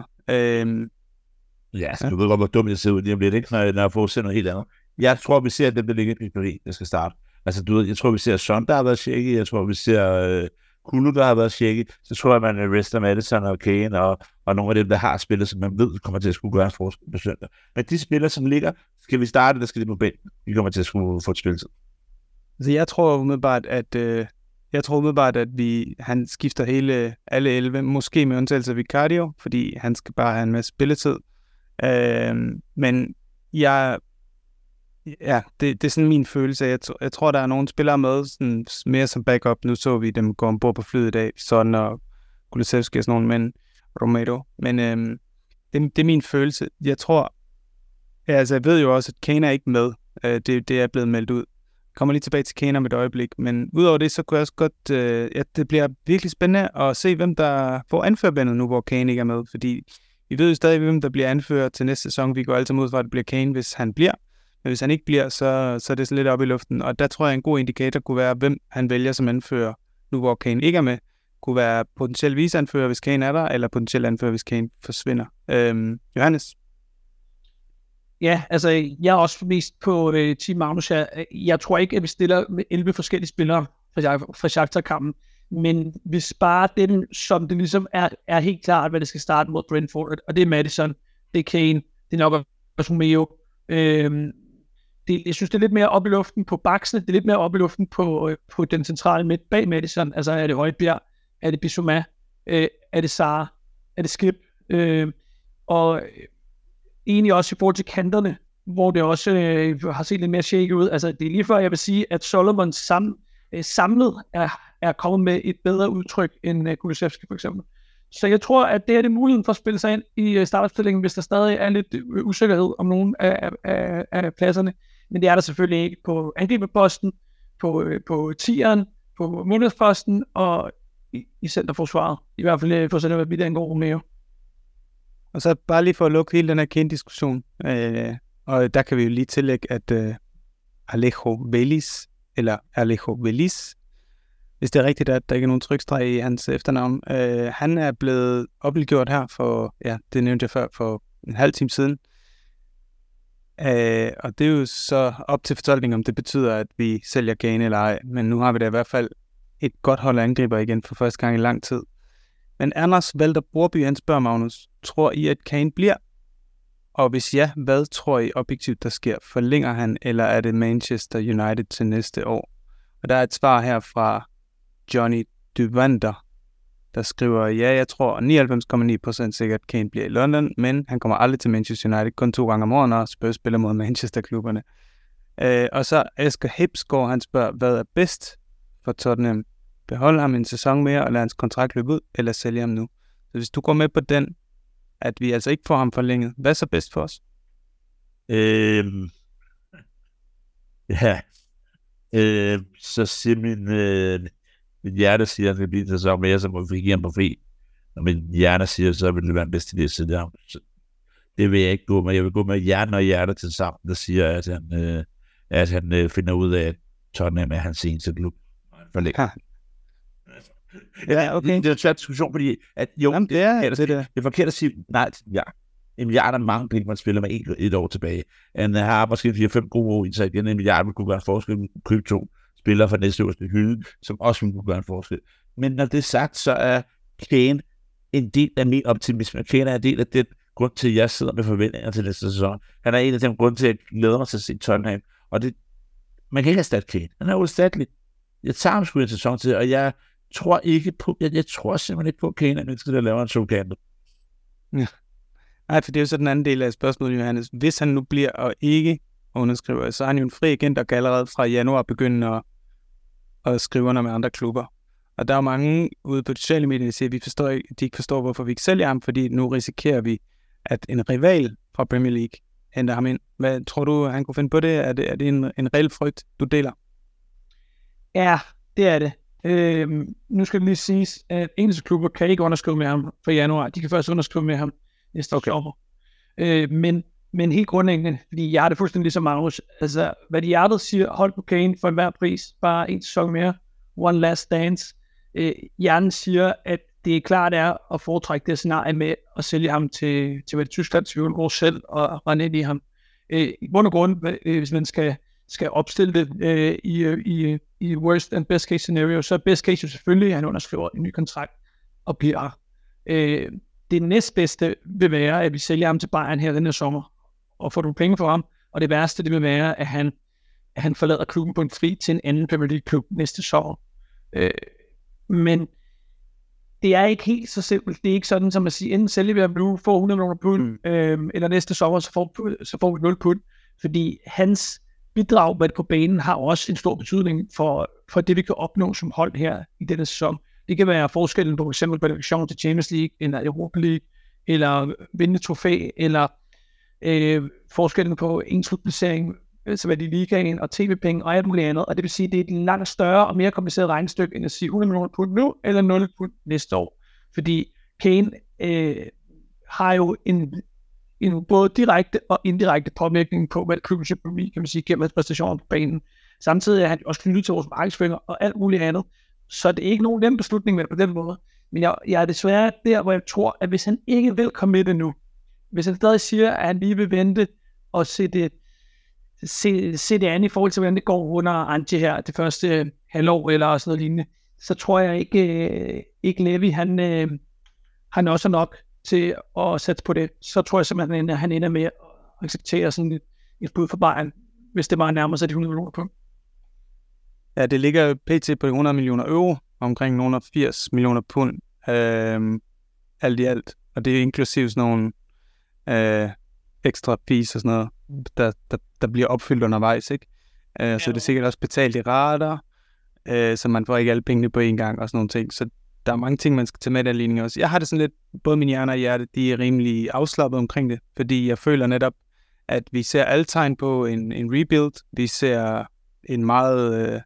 Du ved godt, hvor dumt jeg ser ud lige om lidt, ikke? Når jeg får set noget helt andet. Jeg tror, vi ser, at det bliver ligget i Paris, der skal starte. Altså, du ved, jeg tror, vi ser Son, der har været shaky. Jeg tror, vi ser Kulu, der har været shaky. Så tror jeg, man rester Madison og Kane og nogle af dem, der har spillet, som man ved, kommer til at skulle gøre en forskel på søndag. Men de spillere, som ligger, skal vi starte, eller skal de på bænken? Vi kommer til at skulle få et spilletid. Altså, jeg tror umiddelbart, at han skifter alle 11, måske med undtagelse af Vicario, fordi han skal bare have en masse spilletid. Men det er sådan min følelse. Jeg tror, der er nogle spillere med sådan, mere som backup. Nu så vi dem gå ombord på flyet i dag, Son og Kulusevski og sådan nogle, men Romero. Men det er min følelse. Jeg tror, jeg ved jo også, at Kane er ikke med. Det er blevet meldt ud. Jeg kommer lige tilbage til Kane om et øjeblik, men udover det, så kunne jeg også godt, det bliver virkelig spændende at se, hvem der får anførbindet nu, hvor Kane ikke er med, fordi vi ved jo stadig, hvem der bliver anført til næste sæson. Vi går altid mod for, at det bliver Kane, hvis han bliver. Men hvis han ikke bliver, så er det sådan lidt op i luften. Og der tror jeg, en god indikator kunne være, hvem han vælger som anfører, nu hvor Kane ikke er med. Kunne være potentielt viceanfører, hvis Kane er der, eller potentielt anfører, hvis Kane forsvinder. Johannes? Ja, altså jeg er også mest på Team Magnus her. Jeg tror ikke, at vi stiller med 11 forskellige spillere fra Shakhtar-kampen. Men hvis bare dem, som det ligesom er helt klart, hvad det skal starte mod Brentford, og det er Madison, det er Kane, det er nok også Romeo. Jeg synes, det er lidt mere op i luften på baksene, det er lidt mere op i luften på den centrale midt bag Madison. Altså er det Højbjerg, er det Bissouma, er det Sarr, er det Skip, og egentlig også i forhold til kanterne, hvor det også har set lidt mere shaky ud. Altså det er lige før, jeg vil sige, at Solomon samlet er kommet med et bedre udtryk end Kulusevski for eksempel. Så jeg tror, at det er muligheden for at spille sig ind i startopstillingen, hvis der stadig er lidt usikkerhed om nogle af pladserne. Men det er der selvfølgelig ikke på angriberposten, på tieren, på målmandsposten og i centerforsvaret. I hvert fald for sådan noget, hvad det angår Romeo. Og så bare lige for at lukke hele den her Kane-diskussion. Og der kan vi jo lige tillægge, at Alejo Veliz, hvis det er rigtigt, at der ikke er nogen trykstreg i hans efternavn, han er blevet offentliggjort her for, det nævnte jeg før, for en halv time siden. Og det er jo så op til fortolkning, om det betyder, at vi sælger Kane eller ej. Men nu har vi da i hvert fald et godt hold af angriber igen for første gang i lang tid. Men Anders Walter Borby, han spørger Magnus, tror I, at Kane bliver? Og hvis ja, hvad tror I objektivt, der sker? Forlænger han, eller er det Manchester United til næste år? Og der er et svar her fra Johnny Duvander, der skriver, jeg tror 99,9% sikkert, Kane bliver i London, men han kommer aldrig til Manchester United, kun 2 gange om året, når Spurs spiller mod Manchester-klubberne. Og så Asger Hipsgaard, han spørger, hvad er bedst for Tottenham? Beholde ham en sæson mere og lade hans kontrakt løbe ud, eller sælge ham nu? Så hvis du går med på den, at vi altså ikke får ham forlænget, hvad er så bedst for os? Så siger min hjerte siger, at det bliver en sæson mere, så må vi give ham på fri. Og min hjerte siger, så vil det være bedst til det at sætte ham. Det vil jeg ikke gå med. Jeg vil gå med hjernen og hjertet til sammen, der siger, at han finder ud af, at Tottenham er hans eneste klub. Forlænger. Ja, okay. Det er en svær diskussion, fordi at, jamen, det er forkert at sige nej til en milliard er mange penge, man spiller med et år tilbage. Han har måske 4-5 gode år i sig igen. En milliard vil kunne gøre en forskel. Man kunne købe 2 spillere fra næste øverste hylde, som også vil kunne gøre en forskel. Men når det er sagt, så er Kane en del af min optimisme. Kane er en del af den grund til, at jeg sidder med forventninger til næste sæson. Han er en af de grunde til, at jeg glæder mig til at se Tottenham. Og man kan ikke erstatte Kane. Han er uerstattelig. Jeg tager ham sgu en sæson til, og jeg tror ikke på, jeg tror simpelthen ikke på, at Kane er nødt til at lave en showkantet. Ja. Nej, for det er jo så den anden del af spørgsmålet, Johannes. Hvis han nu bliver og ikke underskriver, så er han jo en fri agent, der kan allerede fra januar begynde at skrive under med andre klubber. Og der er mange ude på de sociale medier, der siger, at de ikke forstår, hvorfor vi ikke sælger ham, fordi nu risikerer vi, at en rival fra Premier League henter ham ind. Hvad tror du, han kunne finde på det? Er det en reel frygt, du deler? Ja, det er det. Nu skal det lige siges, at engelske klubber kan ikke underskrive med ham for januar. De kan først underskrive med ham næste sommer. Men helt grundlæggende, fordi jeg har det fuldstændig ligesom Magnus. Altså, hvad de hjertet siger, hold på Kane for enhver pris, bare en sæson mere, one last dance. Hjernen siger, at det er klart er at foretrække det scenarie med at sælge ham til Tyskland, til Jørgen selv og rende ind i ham. I bund og grund, hvis man skal opstille det i worst and best case scenario, så er best case jo selvfølgelig, at han underskriver en ny kontrakt og bliver det næstbedste vil være, at vi sælger ham til Bayern her den her sommer og får nogle penge for ham, og det værste det vil være, at han forlader klubben på en fri til en anden Premier League klub næste sommer. Men det er ikke helt så simpelt. Det er ikke sådan, som at sige, enten sælger vi ham nu, får 100 millioner pund, eller næste sommer, så får vi 0 pund, fordi hans bidrag på banen har også en stor betydning for det, vi kan opnå som hold her i denne sæson. Det kan være forskellen på f.eks. kvalifikation til Champions League, eller Europa League, eller vinde trofæ, eller forskellen på en slutplacering, så hvad de ligaen og tv-penge og alt muligt andet. Og det vil sige, at det er et langt større og mere kompliceret regnestykke, end at sige 100 millioner pund nu, eller 0 pund næste år. Fordi Kane har jo en både direkte og indirekte påvirkning på, hvad klubbens økonomi, kan man sige, gennem præstationer på banen. Samtidig er han også knyttet til vores markedsføring og alt muligt andet. Så det er ikke nogen nem beslutning med på den måde. Men jeg er desværre der, hvor jeg tror, at hvis han ikke vil komme med det nu, hvis han stadig siger, at han lige vil vente og se det andet i forhold til, hvordan det går under Antje her, det første halvår eller sådan noget lignende, så tror jeg ikke Levi, han også er nok til at sætte på det. Så tror jeg simpelthen, at han ender med at acceptere sådan et bud for Bayern, hvis det bare nærmer sig de 100 millioner på. Ja, det ligger pt. På 100 millioner euro, omkring nogle 80 millioner pund, alt i alt. Og det er inklusive sådan nogle ekstra fees og sådan noget, der bliver opfyldt undervejs, ikke? Så det er sikkert også betalt i rater, så man får ikke alle pengene på én gang og sådan nogle ting. Så der er mange ting, man skal tage med i den ligning også. Jeg har det sådan lidt, både min hjerne og hjerte, de er rimelig afslappet omkring det, fordi jeg føler netop, at vi ser alle tegn på en rebuild. Vi ser en meget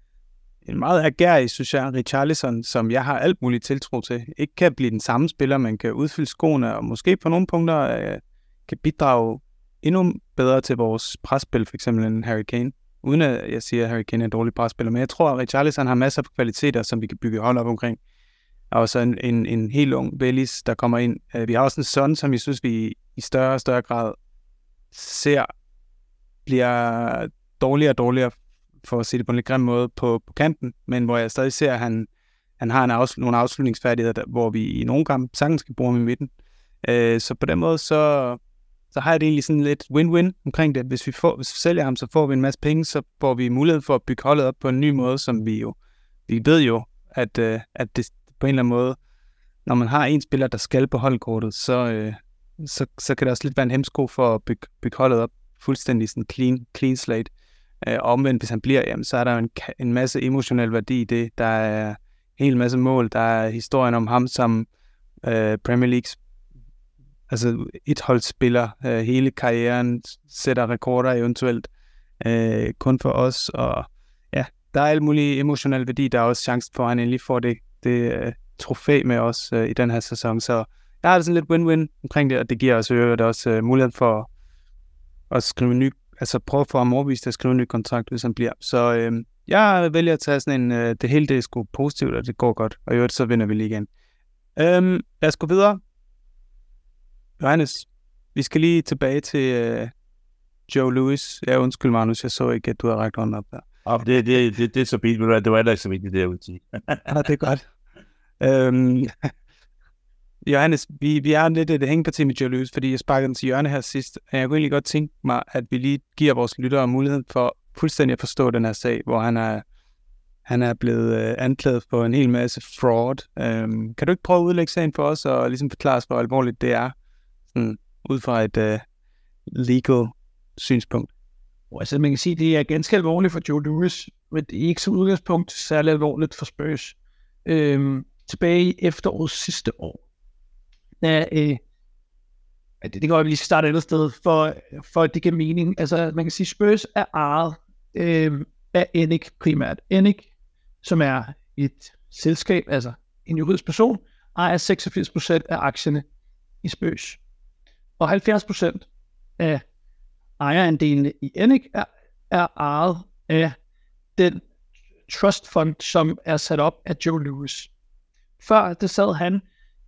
agerig, synes jeg, Richarlison, som jeg har alt muligt tiltro til. Ikke kan blive den samme spiller, man kan udfylde skoene, og måske på nogle punkter kan bidrage endnu bedre til vores presspil, for eksempel en Harry Kane. Uden at jeg siger, at Harry Kane er en dårlig presspiller, men jeg tror, at Richarlison har masser af kvaliteter, som vi kan bygge hold op omkring. Og så en helt ung Bellis, der kommer ind. Vi har også en Son, som jeg synes, vi i større og større grad ser bliver dårligere og dårligere, for at sige det på en lidt grim måde, på kanten, men hvor jeg stadig ser, at han har nogle afslutningsfærdigheder, hvor vi i nogle kampe sagtens skal bruge ham i midten. Så på den måde, så har jeg det egentlig sådan lidt win-win omkring det. Hvis vi sælger ham, så får vi en masse penge, så får vi mulighed for at bygge holdet op på en ny måde, som vi ved jo, at det på en eller anden måde, når man har en spiller, der skal på holdkortet, så kan det også lidt være en hemsko for at bygge holdet op fuldstændig sådan clean slate. Og omvendt, hvis han bliver, jamen, så er der jo en masse emotionel værdi i det. Der er en hel masse mål. Der er historien om ham som Premier Leagues etholdsspiller. Hele karrieren sætter rekorder eventuelt kun for os. Og ja, der er alt muligt emotionel værdi. Der er også chance for, at han endelig får det trofæ med os i den her sæson. Så jeg har det sådan lidt win-win omkring det, og det giver os også mulighed for at skrive prøve for ham overbevist at skrive en ny kontrakt, hvis han bliver. Så jeg vælger at tage sådan det hele det er sgu positivt, og det går godt. Og i øvrigt, så vinder vi lige igen. Lad os gå videre. Johannes, vi skal lige tilbage til Joe Louis. Ja, undskyld, Magnus, jeg så ikke, at du havde rækket hånden op der. Det er så fint, det var heller ikke så vigtigt, det jeg ville sige. Ja, det er godt. Johannes, vi er lidt et hængeparti med Joe Louis, fordi jeg sparkede den til hjørne her sidst. Jeg kunne egentlig godt tænke mig, at vi lige giver vores lyttere mulighed for fuldstændig at forstå den her sag, hvor han er blevet anklaget for en hel masse fraud. Kan du ikke prøve at udlægge sagen for os, og ligesom forklare os, hvor alvorligt det er? Sådan ud fra et legal synspunkt? Altså man kan sige, at det er ganske alvorligt for Joe Louis, men det er ikke som udgangspunkt særlig alvorligt for Spurs. Tilbage i efteråret sidste år, det kan jo lige starte et andet sted, for at det giver mening. Altså man kan sige, at Spurs er ejet af ENIC primært. ENIC, som er et selskab, altså en juridisk person, ejer 86% af aktierne i Spurs. Og 70% af ejerandelene i ENIC er ejet af den trust fund, som er sat op af Joe Louis. Før det sad han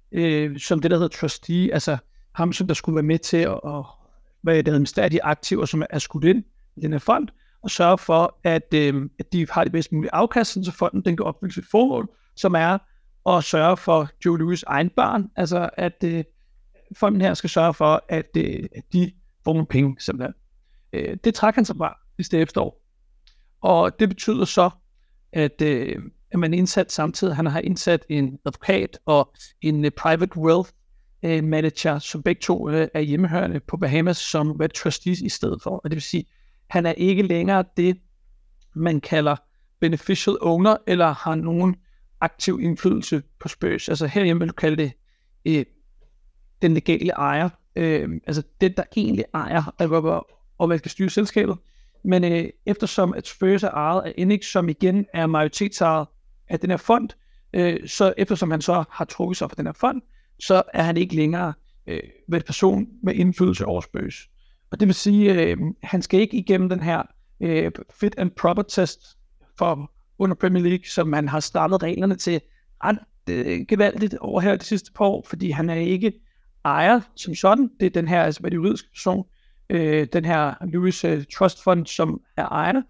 som det, der hedder trustee, altså ham, som der skulle være med til at administrere de aktiver, som er skudt ind i den her fond, og sørge for, at de har det bedst mulige afkast, så fonden den kan opfylde sit formål, som er at sørge for Joe Louis' egen barn, altså at fonden her skal sørge for, at de får nogle penge, simpelthen. Det trækker han sig fra i efterår. Og det betyder så, at man indsat samtidig, han har indsat en advokat og en private wealth manager, som begge to er hjemmehørende på Bahamas som trustees i stedet for. Og det vil sige, han er ikke længere det, man kalder beneficial owner, eller har nogen aktiv indflydelse på Spurs. Altså herhjemme vil du kalde det den legale ejer, altså det, der egentlig ejer, og man skal styre selskabet. Men eftersom at Spurs er ejet af ENIC, som igen er majoritetsejet af den her fond, så eftersom han så har trukket sig fra den her fond, så er han ikke længere en person med indflydelse over Spurs. Og det vil sige, han skal ikke igennem den her fit and proper test for under Premier League, som man har startet reglerne til ret gevaldigt over her de sidste par år, fordi han er ikke ejer som sådan. Det er den her, altså med de juridiske person, den her Louis Trust Fund, som er ejer.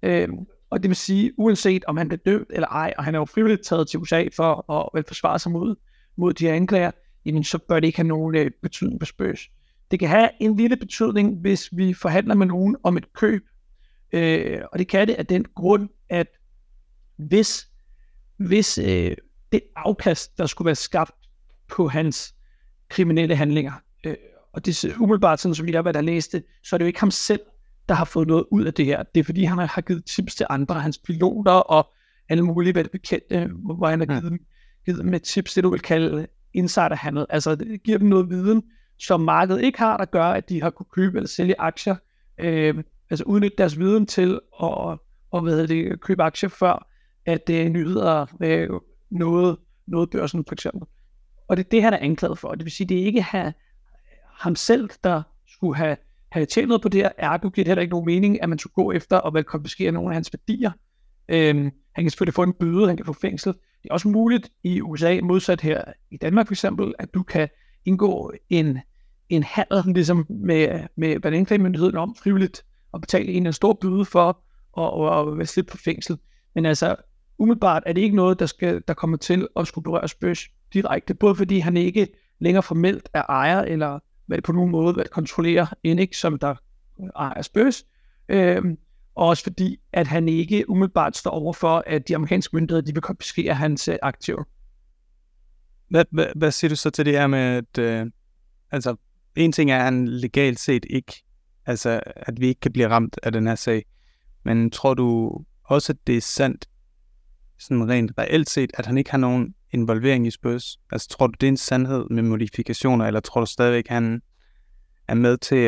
Og det vil sige, uanset om han er dømt eller ej, og han er jo frivilligt taget til USA for at forsvare sig mod de her anklager, jamen så bør det ikke have nogen betydning på Spurs. Det kan have en lille betydning, hvis vi forhandler med nogen om et køb, og det kan det af den grund, at hvis det afkast, der skulle være skabt på hans kriminelle handlinger, og det er umiddelbart sådan, som jeg har læst det, så er det jo ikke ham selv, der har fået noget ud af det her. Det er fordi, han har givet tips til andre, hans piloter og alle mulige bekendte, hvor han har givet dem et tips, det du vil kalde insiderhandel. Altså det giver dem noget viden, som markedet ikke har, der gør, at de har kunne købe eller sælge aktier, altså udnytte deres viden til at købe aktier før, at nyheder noget børsen for eksempel. Og det er det, han er anklaget for. Det vil sige, det er ikke ham selv, der skulle have tjent noget på det her. Ergo giver det heller ikke nogen mening, at man skulle gå efter og konfiskere nogle af hans værdier. Han kan selvfølgelig få en bøde, han kan få fængsel. Det er også muligt i USA, modsat her i Danmark for eksempel, at du kan indgå en handel ligesom med anklagemyndigheden om frivilligt og betale en stor bøde for at slippe på fængsel. Men altså, umiddelbart er det ikke noget, der kommer til at skulle berøre Spurs direkte, både fordi han ikke længere formelt er ejer, eller på nogen måde kontrollerer ENIC, som der ejer Spurs, og også fordi, at han ikke umiddelbart står over for, at de amerikanske myndigheder, de vil konfiskere hans aktiver. Hvad siger du så til det her med, at altså, en ting er, at han legalt set ikke, altså, at vi ikke kan blive ramt af den her sag, men tror du også, at det er sandt, sådan rent reelt set, at han ikke har nogen involvering i Spurs? Altså, tror du, det er en sandhed med modifikationer, eller tror du stadigvæk, han er med til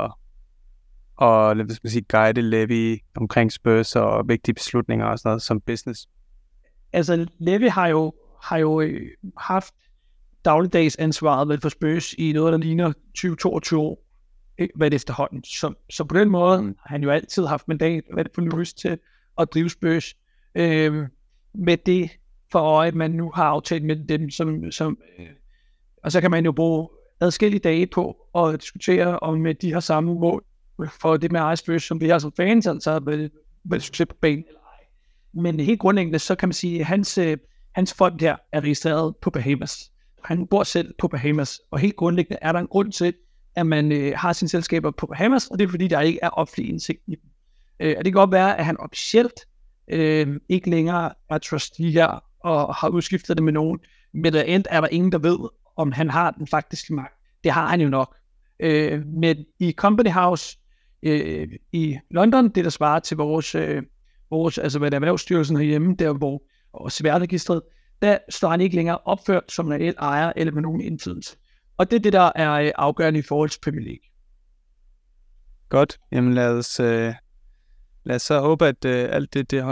at guide Levy omkring Spurs og vigtige beslutninger og sådan noget som business? Altså, Levy har jo haft dagligdags ansvaret for Spurs i noget, der ligner 20-22 år, hvad det efterhånden. Så på den måde har han jo altid haft mandat, hvad det for lyst til at drive Spurs. Med det for øje, man nu har aftalt med dem, og så kan man jo bruge adskillige dage på at diskutere, om de har samme mål for det med eget Spurs, som vi har som fans, altså vil succes på banen eller ej. Men helt grundlæggende, så kan man sige, at hans fond her er registreret på Bahamas. Han bor selv på Bahamas, og helt grundlæggende er der en grund til, at man har sine selskaber på Bahamas, og det er fordi, der ikke er offentlig indsigt i dem. Og det kan godt være, at han officielt ikke længere er trustee her, og har udskiftet det med nogen, men der er der ingen, der ved, om han har den faktiske magt. Det har han jo nok. Men i Company House i London, det der svarer til vores altså hvad der erhvervsstyrelsen herhjemme, der hvor og CVR-registret, der står han ikke længere opført som en ejer eller med nogen indflydelse. Og det er det, der er afgørende i forhold til Premier League. Godt. Jamen lad os så håbe, at alt det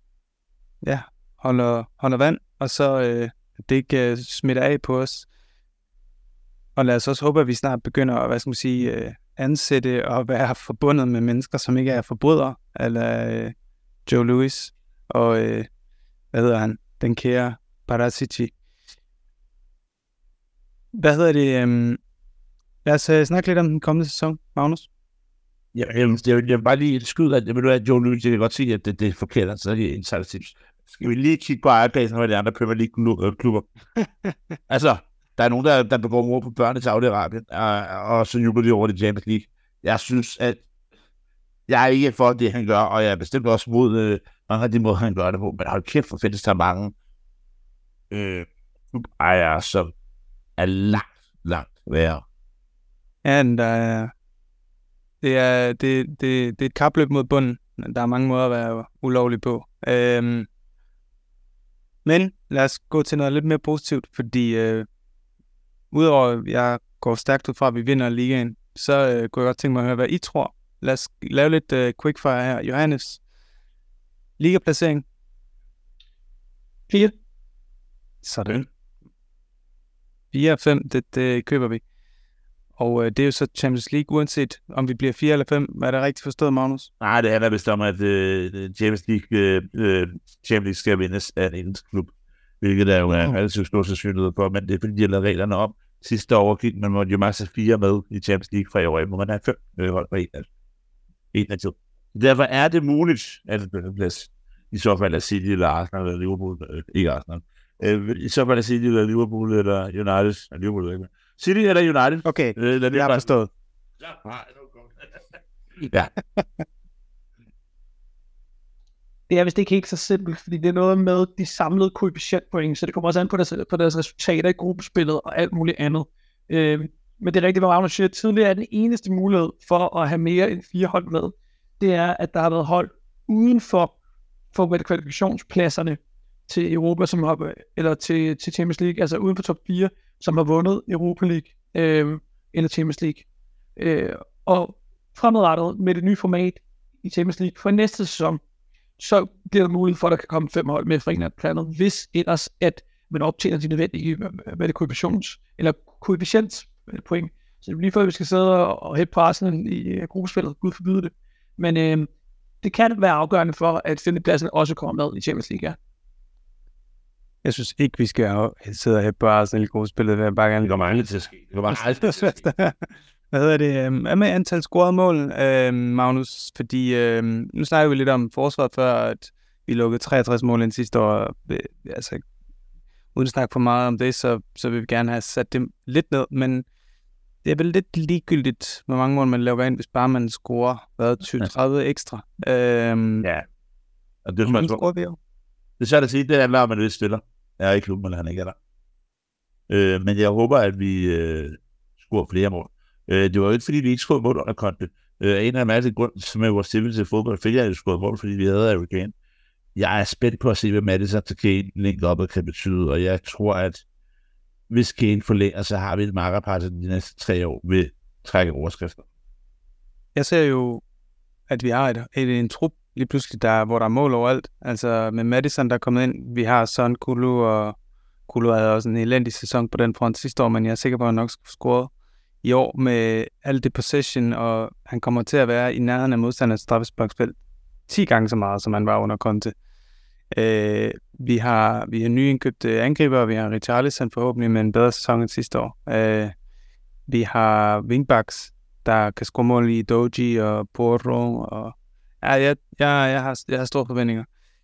holder vand, og så det ikke smitter af på os. Og lad os også håbe, at vi snart begynder at, ansætte og være forbundet med mennesker, som ikke er forbrydere, eller Joe Louis og, hvad hedder han, den kære Paratici. Hvad hedder det? Lad os snakke lidt om den kommende sæson, Magnus. Jeg vil bare lige skyde, at Joe Louis, jeg kan godt sige, at det er forkert, så det er insider tips. Skal vi lige kigge på ejerbasen og de andre Premier League-klubber? Altså, der er nogen, der begår mord på børn i Saudi-Arabien, og så jubler de over det Champions League. Jeg synes, at jeg er ikke for det, han gør, og jeg er bestemt også mod mange af de måder, han gør det på, men hold kæft, for findes der mange ejere, som er langt værre. Ja, det er et kapløb mod bunden. Der er mange måder at være ulovlig på. Men lad os gå til noget lidt mere positivt, fordi udover at jeg går stærkt ud fra, at vi vinder ligaen, så kunne jeg godt tænke mig at høre, hvad I tror. Lad os lave lidt quickfire her. Johannes, ligaplacering? 4. Sådan. 4 og 5, det køber vi. Og det er jo så Champions League, uanset om vi bliver 4 eller 5. Er det rigtigt forstået, Magnus? Nej, det handler vist om, at Champions League skal vindes af en engelsk klub, hvilket er jo relativt stor sandsynlighed for, men det er fordi, de har lavet reglerne om. Sidste år gik man måtte jo masse 4 med i Champions League fra i år, hvor man har 5 hold på en af tid. Derfor er det muligt, at det bliver plads. I så fald er City eller Arsenal eller Liverpool, ikke Arsenal. I så fald er City eller Liverpool eller United, Liverpool ikke. City eller United. Okay, jeg har forstået. Ja. Det er vist ikke helt så simpelt, fordi det er noget med de samlede koefficientpoint, så det kommer også an på deres resultater i gruppespillet og alt muligt andet. Men det er rigtigt, hvad Magnus siger. Tidligere er den eneste mulighed for at have mere end 4 hold med, det er, at der har været hold uden for kvalifikationspladserne til Europa, eller til Champions League, altså uden for top 4, som har vundet Europa League eller Champions League. Og fremadrettet med det nye format i Champions League for næste sæson, så bliver der mulighed for, at der kan komme 5 hold med fra en eller anden, hvis ellers at man optjener de nødvendige koefficientpoint. Så det er lige før, vi skal sidde og hæppe på Arsenal i gruppespillet, Gud forbyde det. Men det kan være afgørende for, at femtepladsen også kommer med i Champions League. Ja. Jeg synes ikke, vi skal sidde og hæppe på Arsenal i gruppespillet. Det går meget til at ske. Hvad hedder det? Hvad med antal scorede mål, Magnus? Fordi nu snakker vi lidt om forsvaret før, at vi lukkede 63 mål ind sidste år. Altså, uden at snakke for meget om det, så vil vi gerne have sat dem lidt ned. Men det er vel lidt ligegyldigt, hvor mange mål man laver ind, hvis bare man scorer 20-30 ekstra. Ja. Og det er svært at sige, det handler om, at vi stiller. Jeg er i klubben, eller han ikke er der. Men jeg håber, at vi scorer flere mål. Det var jo ikke, fordi vi ikke scorede mål under Conte. En af de grund, som er vores stilling til fodbold, fik jeg jo scoret mål, fordi vi havde Harry Kane. Jeg er spændt på at se, hvad Madison til Kane link op og kan betyde, og jeg tror, at hvis Kane forlænger, så har vi et makkerpar til de næste 3 år ved trække overskrifter. Jeg ser jo, at vi har en trup lige pludselig, hvor der er mål overalt. Altså med Madison, der er kommet ind. Vi har Son, Kulu, og Kulu havde også en elendig sæson på den front sidste år, men jeg er sikker på, at han nok skal score i år med alt det possession, og han kommer til at være i nærheden af modstanders straffesparksfelt 10 gange så meget, som han var under Conte. Vi har nyindkøbte angriber, vi har Richarlison forhåbentlig med en bedre sæson end sidste år. Vi har wingbacks, der kan score mål i Doji og Porro, og jeg har store forventninger.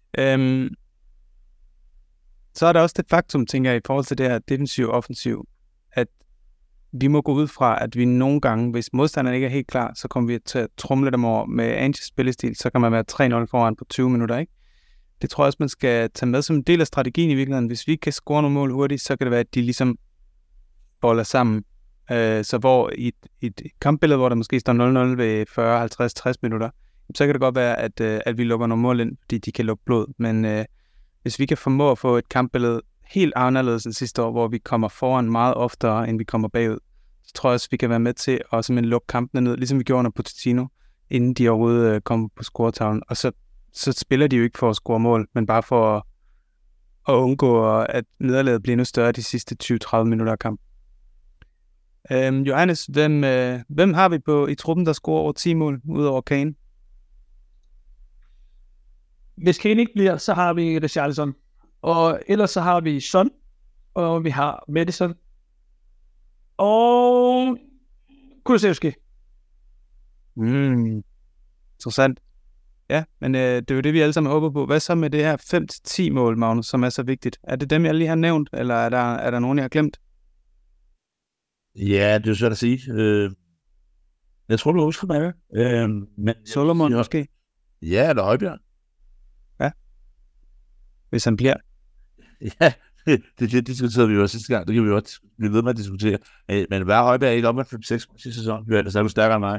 Så er der også det faktum, tænker jeg, i forhold til det her defensiv og offensiv, at vi må gå ud fra, at vi nogle gange, hvis modstanderen ikke er helt klar, så kommer vi til at trumle dem over med Anges spillestil, så kan man være 3-0 foran på 20 minutter, ikke? Det tror jeg også, man skal tage med som en del af strategien i virkeligheden. Hvis vi ikke kan score nogle mål hurtigt, så kan det være, at de ligesom boller sammen Så hvor i et kampbillede, hvor der måske står 0-0 ved 40, 50, 60 minutter, så kan det godt være, at vi lukker nogle mål ind, fordi de kan lukke blod. Men hvis vi kan formå at få et kampbillede helt anderledes end sidste år, hvor vi kommer foran meget oftere, end vi kommer bagud, så tror jeg også, vi kan være med til at simpelthen lukke kampene ned, ligesom vi gjorde under Pochettino, inden de overhovedet kommer på scoretavlen. Og så spiller de jo ikke for at score mål, men bare for at undgå, at nederlaget bliver endnu større de sidste 20-30 minutter af kamp. Johannes, hvem har vi i truppen, der scorer over 10 mål, udover Kane? Hvis Kane ikke bliver, så har vi Richarlison. Og ellers så har vi Son, og vi har Madison. Og Kulusevski. Interessant. Ja, men det er jo det, vi alle sammen håber på. Hvad så med det her 5-10 mål, Magnus, som er så vigtigt? Er det dem, jeg lige har nævnt, eller er der nogen, jeg har glemt? Ja, det er jo svært at sige. Jeg tror, du husker mig. Men Solomon måske? Ja, eller Højbjerg. Ja. Hvis han bliver. Ja, det diskuterede vi jo sidste gang. Det kan vi jo også blive ved med at diskutere. Men hvad er Højbjerg ikke op med 5-6 sidste sæson? Så er du stærkere end mig.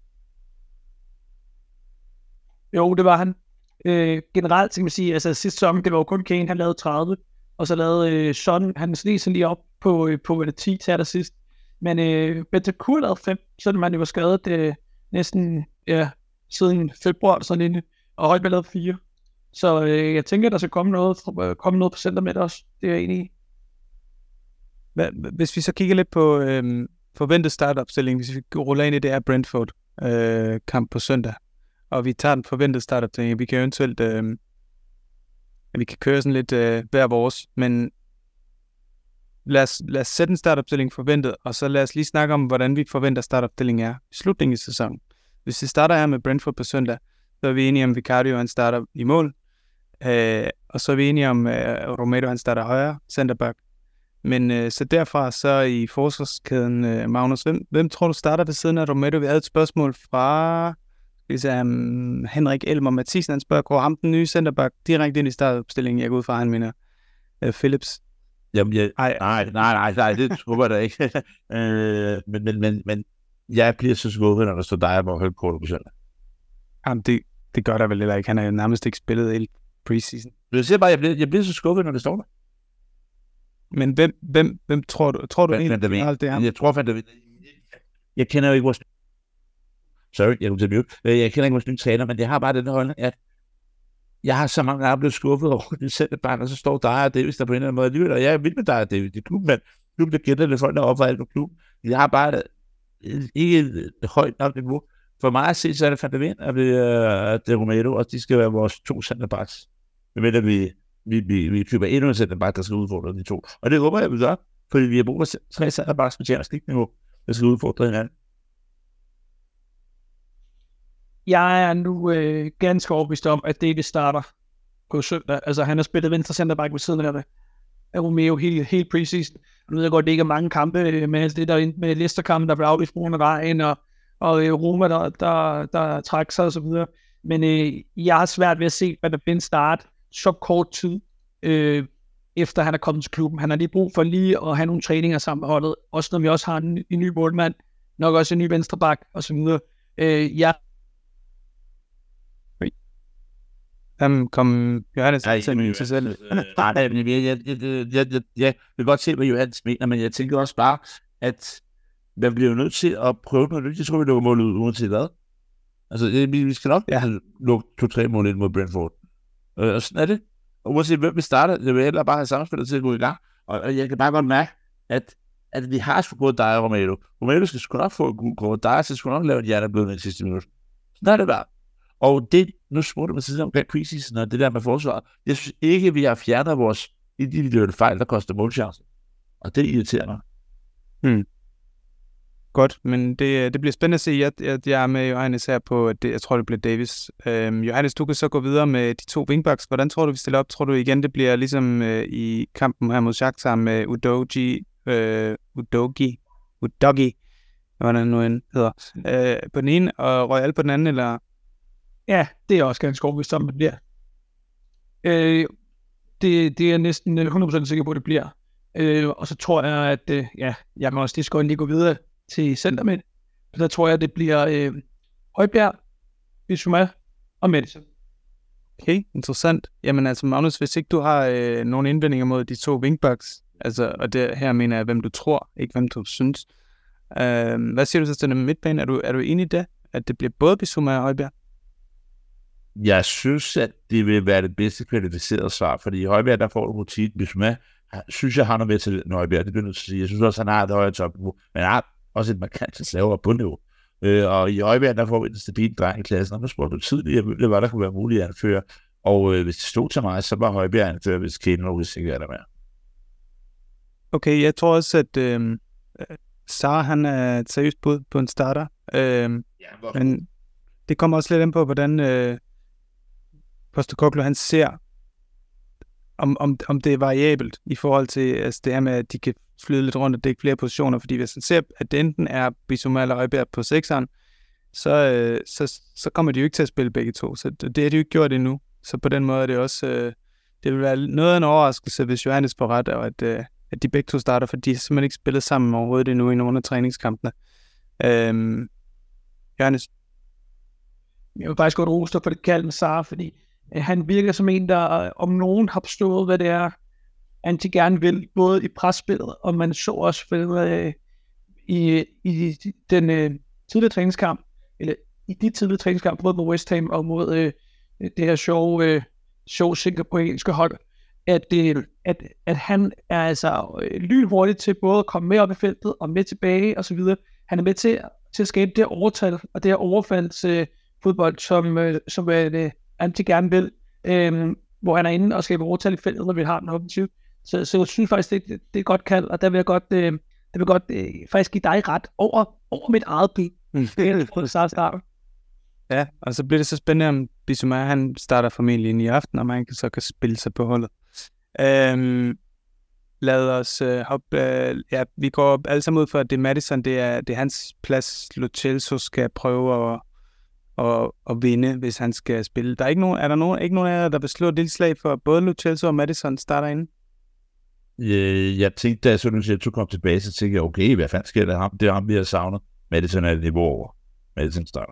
Jo, det var han. Generelt, kan man sige, altså sidste sæson, det var jo kun Kane, han lavede 30, og så lavede Son, han sneg sig lige op på 10 til der sidst. Men Bentancur lavede 5, så man jo var skadet næsten siden februar, sådan inde, og Højbjerg lavede 4. Så jeg tænker, der skal komme noget på center med også. Det er jeg enig i. Hvis vi så kigger lidt på forventet startopstilling, hvis vi ruller ind i det her Brentford kamp på søndag, og vi tager den forventede startopstilling, vi kan eventuelt vi kan køre sådan lidt hver vores, men lad os sætte en startopstilling forventet, og så lad os lige snakke om, hvordan vi forventer startopstillingen er i slutningen af sæsonen. Hvis vi starter her med Brentford på søndag, så er vi enige om, Vicario han starter i mål, og så er vi enige om, Romero han starter højre centerback. Men så derfra, så i forsvarskæden, Magnus, hvem tror du starter ved siden af Romero? Vi havde et spørgsmål fra Henrik Elmer Mathisen, han spørger, går ham den nye centerback direkte ind i startopstillingen? Jeg går ud fra, han mener Phillips. Jamen, nej, det tror jeg da ikke. Men jeg bliver så skuffet, når der står dig og højt kort på søndag. Jamen, det gør der vel heller ikke. Han har jo nærmest ikke spillet hele preseason. Jeg siger bare, jeg bliver så skuffet, når det står der. Men hvem tror du egentlig, det er? Jeg tror fandt jeg kender jo ikke vores... Sorry, jeg kunne til mute. Jeg kender ikke vores nye træner, men jeg har bare den holdning, at jeg har så mange gange blevet skuffet over det centerback, og så står dig og Davis der på en eller anden måde alligevel, og jeg er vild med dig og Davis i klubben, men klubben, der gætter det folk, der opvejer på klubben. Jeg har bare ikke et højt nok niveau. For mig at se, så er det Van Vind, og det er Romero, og de skal være vores 2 centerbacks. Men vi køber endnu en centerback, der skal udfordre de 2. Og det håber jeg, vi gør, fordi vi har brug for 3 centerbacks på Champions League-niveau, der skal udfordre hinanden. Jeg er nu ganske overbevist om, at Davis starter på søndag. Altså, han har spillet venstre centerback ved siden af Romero helt preseason. Nu ved jeg godt, det ikke er mange kampe med alt det der med Leicester-kampen, der blev afvist på grund af vejen, og Roma, der trækker sig og så videre. Men jeg har svært ved at se, hvad der finder start så kort tid, efter han er kommet til klubben. Han har lige brug for lige at have nogle træninger sammen med holdet, også når vi også har en ny målmand, nok også en ny venstreback og så videre. Kom Johannes til selv. Jeg vil godt se, hvad Johannes mener, men jeg tænker også bare, at man bliver jo nødt til at prøve noget nyt. Jeg tror, vi lukker målet ud, uanset hvad. Altså, vi skal nok lukke 2-3 mål ind mod Brentford. Og sådan er det. Og uanset hvem vi starter, det vil heller bare have samspillet til at gå i gang. Og jeg kan bare godt mærke, at vi har sgu både dig og Romero. Romero skal sgu nok få et god kort. Dig skal sgu nok lave en hjerneblød i sidste minut. Sådan er det bare. Og det, nu spurgte man sig omkring preseason og det der med forsvaret. Jeg synes ikke, vi har fjernet vores individuelle fejl, der koster målchancen. Og det irriterer mig. Godt, men det bliver spændende at se. Jeg er med Johannes her på, at jeg tror, det bliver Davis. Johannes, du kan så gå videre med de 2 wingbacks. Hvordan tror du, vi stiller op? Tror du igen, det bliver ligesom i kampen her mod Shakhtar med Udogi, hvordan han nu end hedder, på den ene, og Royal på den anden, eller? Ja, det er også ganske overbevist om, det bliver. Det er næsten 100% sikker på, at det bliver. Og så tror jeg, at jeg kan også lige gå videre til centermidt. Der tror jeg, det bliver Højbjerg, Bissouma og Madison. Okay, interessant. Jamen altså, Magnus, hvis ikke du har nogle indvendinger mod de to wingbacks, altså, og det her mener jeg, hvem du tror, ikke hvem du synes. Hvad siger du så til den midtbane? Er du enig i det, at det bliver både Bissouma og Højbjerg? Jeg synes, at det vil være det bedste kvalificerede svar, fordi i Højbjerg, der får du rutinen. Bissouma, synes jeg, har noget med til Højbjerg, det bliver nødt til at sige. Jeg synes også, han har et højere topniveau, men han har også et markant lavere bundniveau. Og i Højbjerg, der får vi en stabil dreng i klassen, og nu spurgte du tidligere, det var, der kunne være muligt at anføre. Og hvis det stod til mig, så var Højbjerg anfører, hvis Kane og Ulrik er der med. Okay, jeg tror også, at Sarr, han er et seriøst bud på en starter. Men det kommer også lidt ind på, hvordan Postecoglou, han ser, om det er variabelt i forhold til altså det her med, at de kan flyde lidt rundt og dække flere positioner, fordi hvis han ser, at det enten er Bissouma eller Højbjerg på 6'eren, så kommer de jo ikke til at spille begge to, så det har de jo ikke gjort endnu. Så på den måde er det også, det vil være noget af en overraskelse, hvis Johannes får ret, og at de begge to starter, for de har simpelthen ikke spillet sammen overhovedet endnu i nogle af træningskampene. Johannes? Jeg vil faktisk godt rose dig for det kald med Sarr, fordi han virker som en, der om nogen har forstået, hvad det er, han til gerne vil, både i presspillet, og man så også i den tidlige træningskamp, eller i de tidlige træningskamp, både mod West Ham og mod det her show singaporeanske hold, at han er altså lynhurtig til både at komme med op i feltet og med tilbage og så videre. Han er med til at skabe det overtal og det her overfaldsfodbold, som han til gerne vil, hvor han er inde og skaber overtal i feltet, når vi har den offensiv. Så jeg synes faktisk, det er et godt kald, og der vil jeg godt, faktisk give dig ret over mit eget ben. Starter. Ja, og så bliver det så spændende, om Bissouma, han starter formentlig i aften, og man så kan spille sig på holdet. Lad os hoppe. Vi går alle sammen ud for, at det er Madison, det er hans plads. Lo Celso skal prøve at vinde, hvis han skal spille. Der er ikke nogen af jer, der vil slå et lille slag for både Lo Celso og Madison starter inde? Jeg tænkte, da jeg så Lo Celso kom tilbage, så tænkte jeg, okay, hvad fanden sker der ham? Det er ham, vi har savnet. Madison er et niveau over. Madison starter.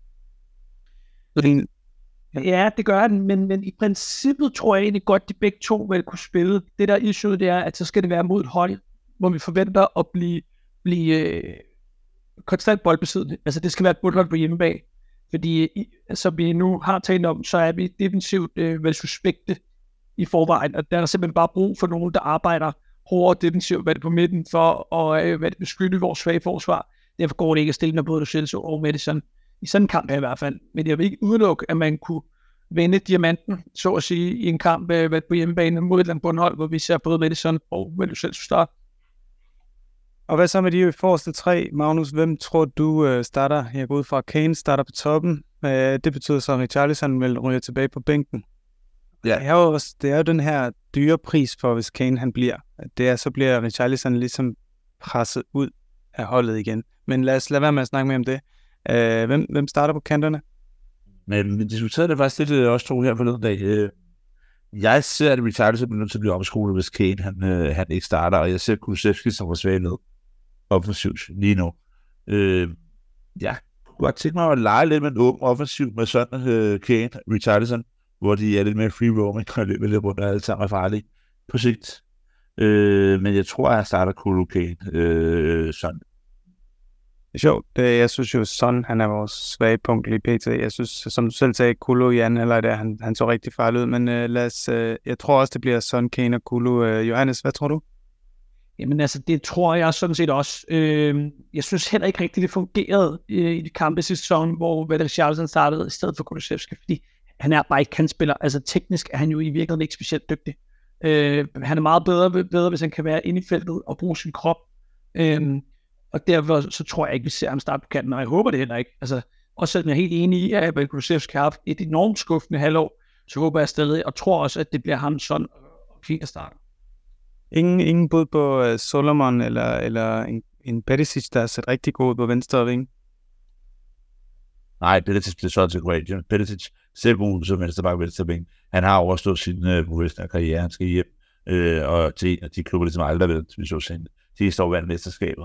Ja, det gør han, men i princippet tror jeg egentlig godt, de begge to vil kunne spille. Det der issue, det er, at så skal det være mod et hold, hvor vi forventer at blive konstant boldbesiddende. Altså det skal være et bundhold på hjemmebane. Fordi som vi nu har talt om, så er vi defensivt vel suspekte i forvejen, og der er simpelthen bare brug for nogen, der arbejder hårdere defensivt, hvad det på midten for, og hvad det beskytte vores svage forsvar. Derfor går det ikke at stille med både Lo Celso og Madison i sådan en kamp her i hvert fald. Men jeg vil ikke udelukke, at man kunne vende diamanten, så at sige, i en kamp på hjemmebane mod et eller andet bundhold, hvor vi ser både Madison og Lo Celso starte. Og hvad så med de forreste tre? Magnus, hvem tror du starter? Jeg går ud fra, Kane starter på toppen. Det betyder så, at Richarlison vil ryge tilbage på bænken. Ja. Det er jo den her dyre pris for, hvis Kane han bliver. Så bliver Richarlison ligesom presset ud af holdet igen. Men lad os lade være med at snakke mere om det. Hvem starter på kanterne? Men vi diskuterede det faktisk lidt også to her forleden dag. Jeg ser, at Richarlison bliver nødt til at blive omskolet, hvis Kane han ikke starter, og jeg ser Kulusevski som var svag ned offensivt lige nu. Jeg kunne godt tænke mig at lege lidt med en åben offensiv med sådan Kane, Richarlison, hvor de er lidt mere free roaming, og løber lidt rundt, og alle sammen er farlige på sigt. Men jeg tror, at jeg starter Kulu Kane sådan. Det er sjovt. Jeg synes jo, Son, han er vores svage punkt i PT. Jeg synes, som du selv sagde, Kulu i anden halvleg der, han så rigtig farlig ud, men jeg tror også, det bliver Son, Kane og Kulu. Johannes, hvad tror du? Jamen altså, det tror jeg sådan set også. Jeg synes heller ikke rigtigt, det fungerede i de kampe sidste sæson, hvor Richarlison startede i stedet for Kulusevski, fordi han er bare ikke kantspiller. Altså teknisk er han jo i virkeligheden ikke specielt dygtig. Han er meget bedre, hvis han kan være inde i feltet og bruge sin krop. Og derfor så tror jeg ikke, vi ser ham starte på kanten, og jeg håber det heller ikke. Altså, også selvom jeg er helt enig i, at Kulusevski har haft et enormt skuffende halvår, så håber jeg stadig, og tror også, at det bliver ham sådan og Kane starter. Ingen bud på Solomon eller en Perisic, der er sat rigtig god på venstre ring. Nej, Perisic bliver så til Kroatien. Perisic ser god ud som venstre bak venstre ben. Han har overstået sin professionelle karriere, han skal hjem. og til en af de klubber, som aldrig har været, vi så sendt. Sidste år vandt mesterskabet.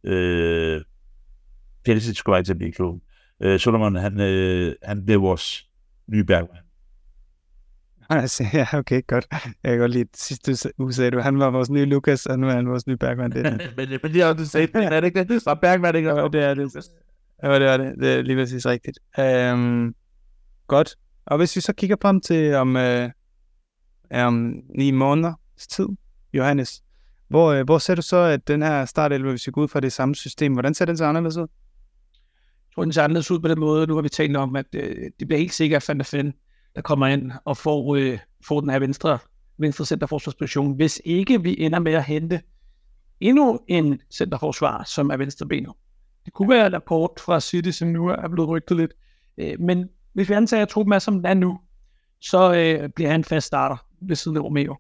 Chelsea skulle ikke til at blive klubben. Solomon, han blev vores nye Bergwijn. Altså, ja, okay, godt. Jeg kan godt lide, sidste uge sagde du, han var vores nye Lucas, og nu er han vores nye Bergwijn. men det er jo det sagde, er det ikke det? Det var Bergwijn, ikke? Ja, det er det. Ja, det er det. Det er lige præcis rigtigt. Godt. Og hvis vi så kigger frem til om 9 måneders tid, Johannes, hvor ser du så, at den her startelve, hvis vi går ud fra det samme system, hvordan ser den så anderledes ud? Jeg tror, den ser anderledes ud på den måde. Nu har vi talt om, at det bliver helt sikkert Van der Ven, der kommer ind og får den her venstre centerforsvarsposition, hvis ikke vi ender med at hente endnu en centerforsvar, som er venstrebenet. Det kunne være Laporte fra City, som nu er blevet rygtet lidt. Men hvis vi antager, at truppen er som den er nu, så bliver han fast starter ved siden af Romeo.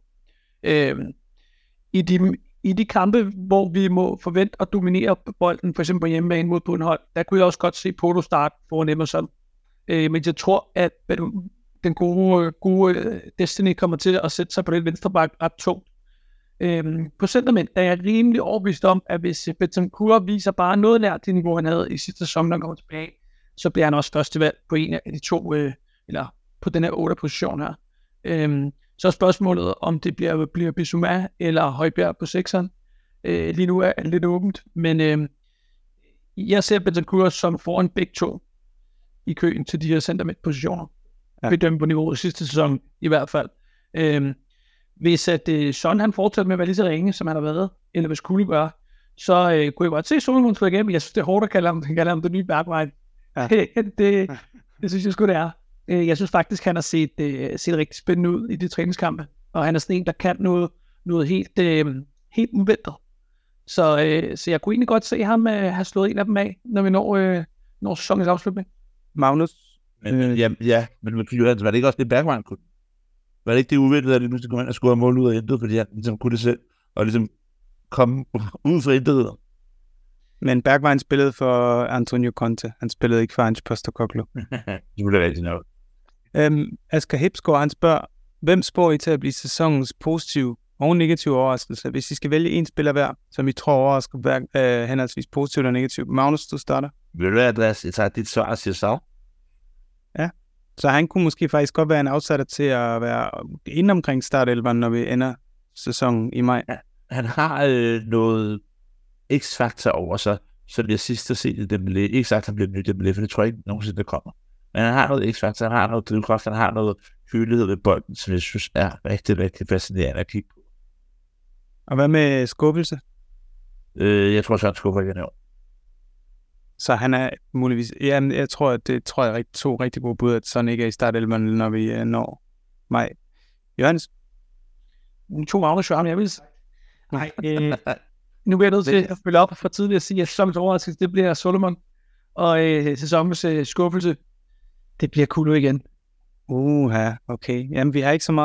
I de kampe, hvor vi må forvente at dominere bolden, for eksempel på hjemmebane mod bundhold, der kunne jeg også godt se Porto starte foran Emerson. Men jeg tror, at den gode Destiny kommer til at sætte sig på det venstre bak ret tungt. På centermænd er jeg rimelig overbevist om, at hvis Bentancur viser bare noget nær det niveau, han havde i sidste sæson, når han kommer tilbage, så bliver han også førstevalg på en af de to, eller på den her 8. position her. Så er spørgsmålet, om det bliver Bissouma eller Højbjerg på 6'eren. Lige nu er det lidt åbent, men jeg ser Bentancur som foran begge to i køen til de her centermidt-positioner. Ja. Bedømme på niveauet sidste sæson i hvert fald. Hvis at Son han fortsætter med at være lige så ringe, som han har været, eller hvis Kuhle gør, så kunne jeg godt se Solomon slå igennem. Jeg synes, det er hårdt at kalde ham den nye Bergwijn. Ja. det synes jeg sgu, det er. Jeg synes faktisk, han har set rigtig spændende ud i de træningskampe, og han er sådan en, der kan noget helt uventet. Så jeg kunne egentlig godt se ham have slået en af dem af, når vi når sæsonens afslutning. Magnus? Men var det ikke også det Bergwijn kunne? Var det ikke det uventede, at det nu skal komme ind og score mål ud af intet, fordi han ligesom kunne det selv, og ligesom komme ud fra intet? Men Bergwijn spillede for Antonio Conte. Han spillede ikke for Ange Postecoglou. Det ville være rigtig nok. Asger Hipsgaard, han spørger, hvem spår I til at blive sæsonens positive og negative overraskelse? Hvis I skal vælge en spiller hver, som I tror overrasker henholdsvis positivt og negativt. Magnus, du starter. Vil du være, Andreas? Jeg tager dit svar og siger så. Ja, så han kunne måske faktisk godt være en outsider til at være inde omkring startelveren, når vi ender sæsonen i maj. Ja, han har noget x-faktor over sig, som jeg sidst har set i Dembélé. Ikke sagt, at han bliver ny Dembélé, for det tror jeg ikke nogensinde, der kommer. Men han har noget x-faktor, han har noget drivkraft, han har noget kølighed ved bolden, som jeg synes er rigtig, rigtig fascinerende at kigge på. Og hvad med skubbelse? Jeg tror så, han skubber igen i år. Så han er muligvis... Ja, jeg tror, at det er to rigtig gode bud, at sådan ikke er i startelveren, når vi når maj. Johannes? 2 Magnus, jeg vil sige. Nej, nu bliver jeg nødt til at følge op for tidligt at sige, at sæsonens overraskelse, det bliver Solomon. Og sæsonens skuffelse, det bliver Kulo igen. Okay. Jamen, vi har ikke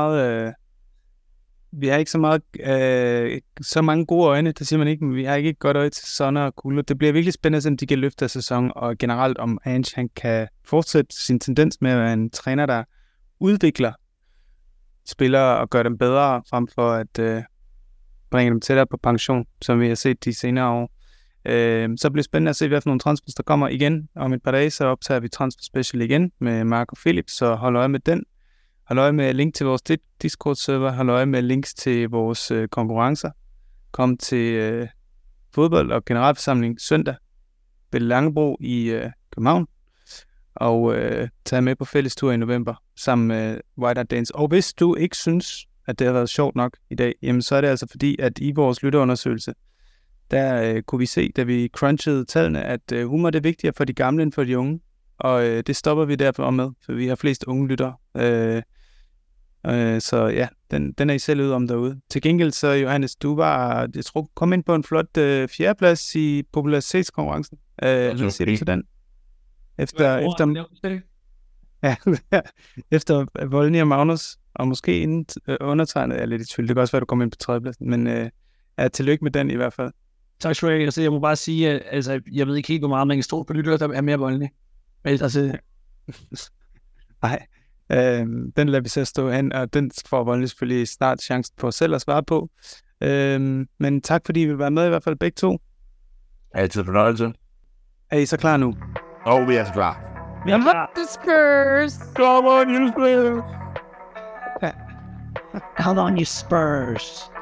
så mange gode øjne, det siger man ikke, men vi har ikke et godt øje til Sonner og Kulo. Det bliver virkelig spændende, om de kan løfte af sæson, og generelt om Ange, han kan fortsætte sin tendens med at være en træner, der udvikler spillere og gør dem bedre, frem for at bringe dem tættere på pension, som vi har set de senere år. Så bliver det spændende at se, hvad for nogle transfers, der kommer igen. Om et par dage, så optager vi Transfer Special igen med Marco Phillips, så hold øje med den. Hold øje med link til vores Discord-server. Hold øje med links til vores konkurrencer. Kom til fodbold og generalforsamling søndag ved Langebro i København. Og tag med på fællestur i november sammen med White Hart Danes. Og hvis du ikke synes, at det har været sjovt nok i dag, jamen så er det altså fordi, at i vores lytterundersøgelse, der kunne vi se, da vi crunchede tallene, at humor er vigtigere for de gamle end for de unge. Og det stopper vi derfor med, for vi har flest unge lyttere. Så ja, den er I selv ude om derude. Til gengæld så, Johannes, du var, jeg tror, kom ind på en flot fjerdeplads i popularitetskonkurrencen. Hvad siger du til den? Efter Volny og Magnus, og måske inden undertegnet, jeg er lidt i tvivl. Det kan også være, du kommer ind på tredjepladsen, men tillykke med den i hvert fald. Tak skal du have. Altså, jeg må bare sige, at altså, jeg ved ikke helt, hvor meget man kan stå på lytter, der er mere Volny. Altså... Nej, Den lader vi så stå hen, og den får Volley selvfølgelig snart chancen på selv at svare på. Men tak, fordi I vil være med i hvert fald begge to. Altid fornøjelse. Er I så klar nu? Og vi er så klar. Vi er klar. The Spurs! Come on, you Spurs! Come on, you Spurs!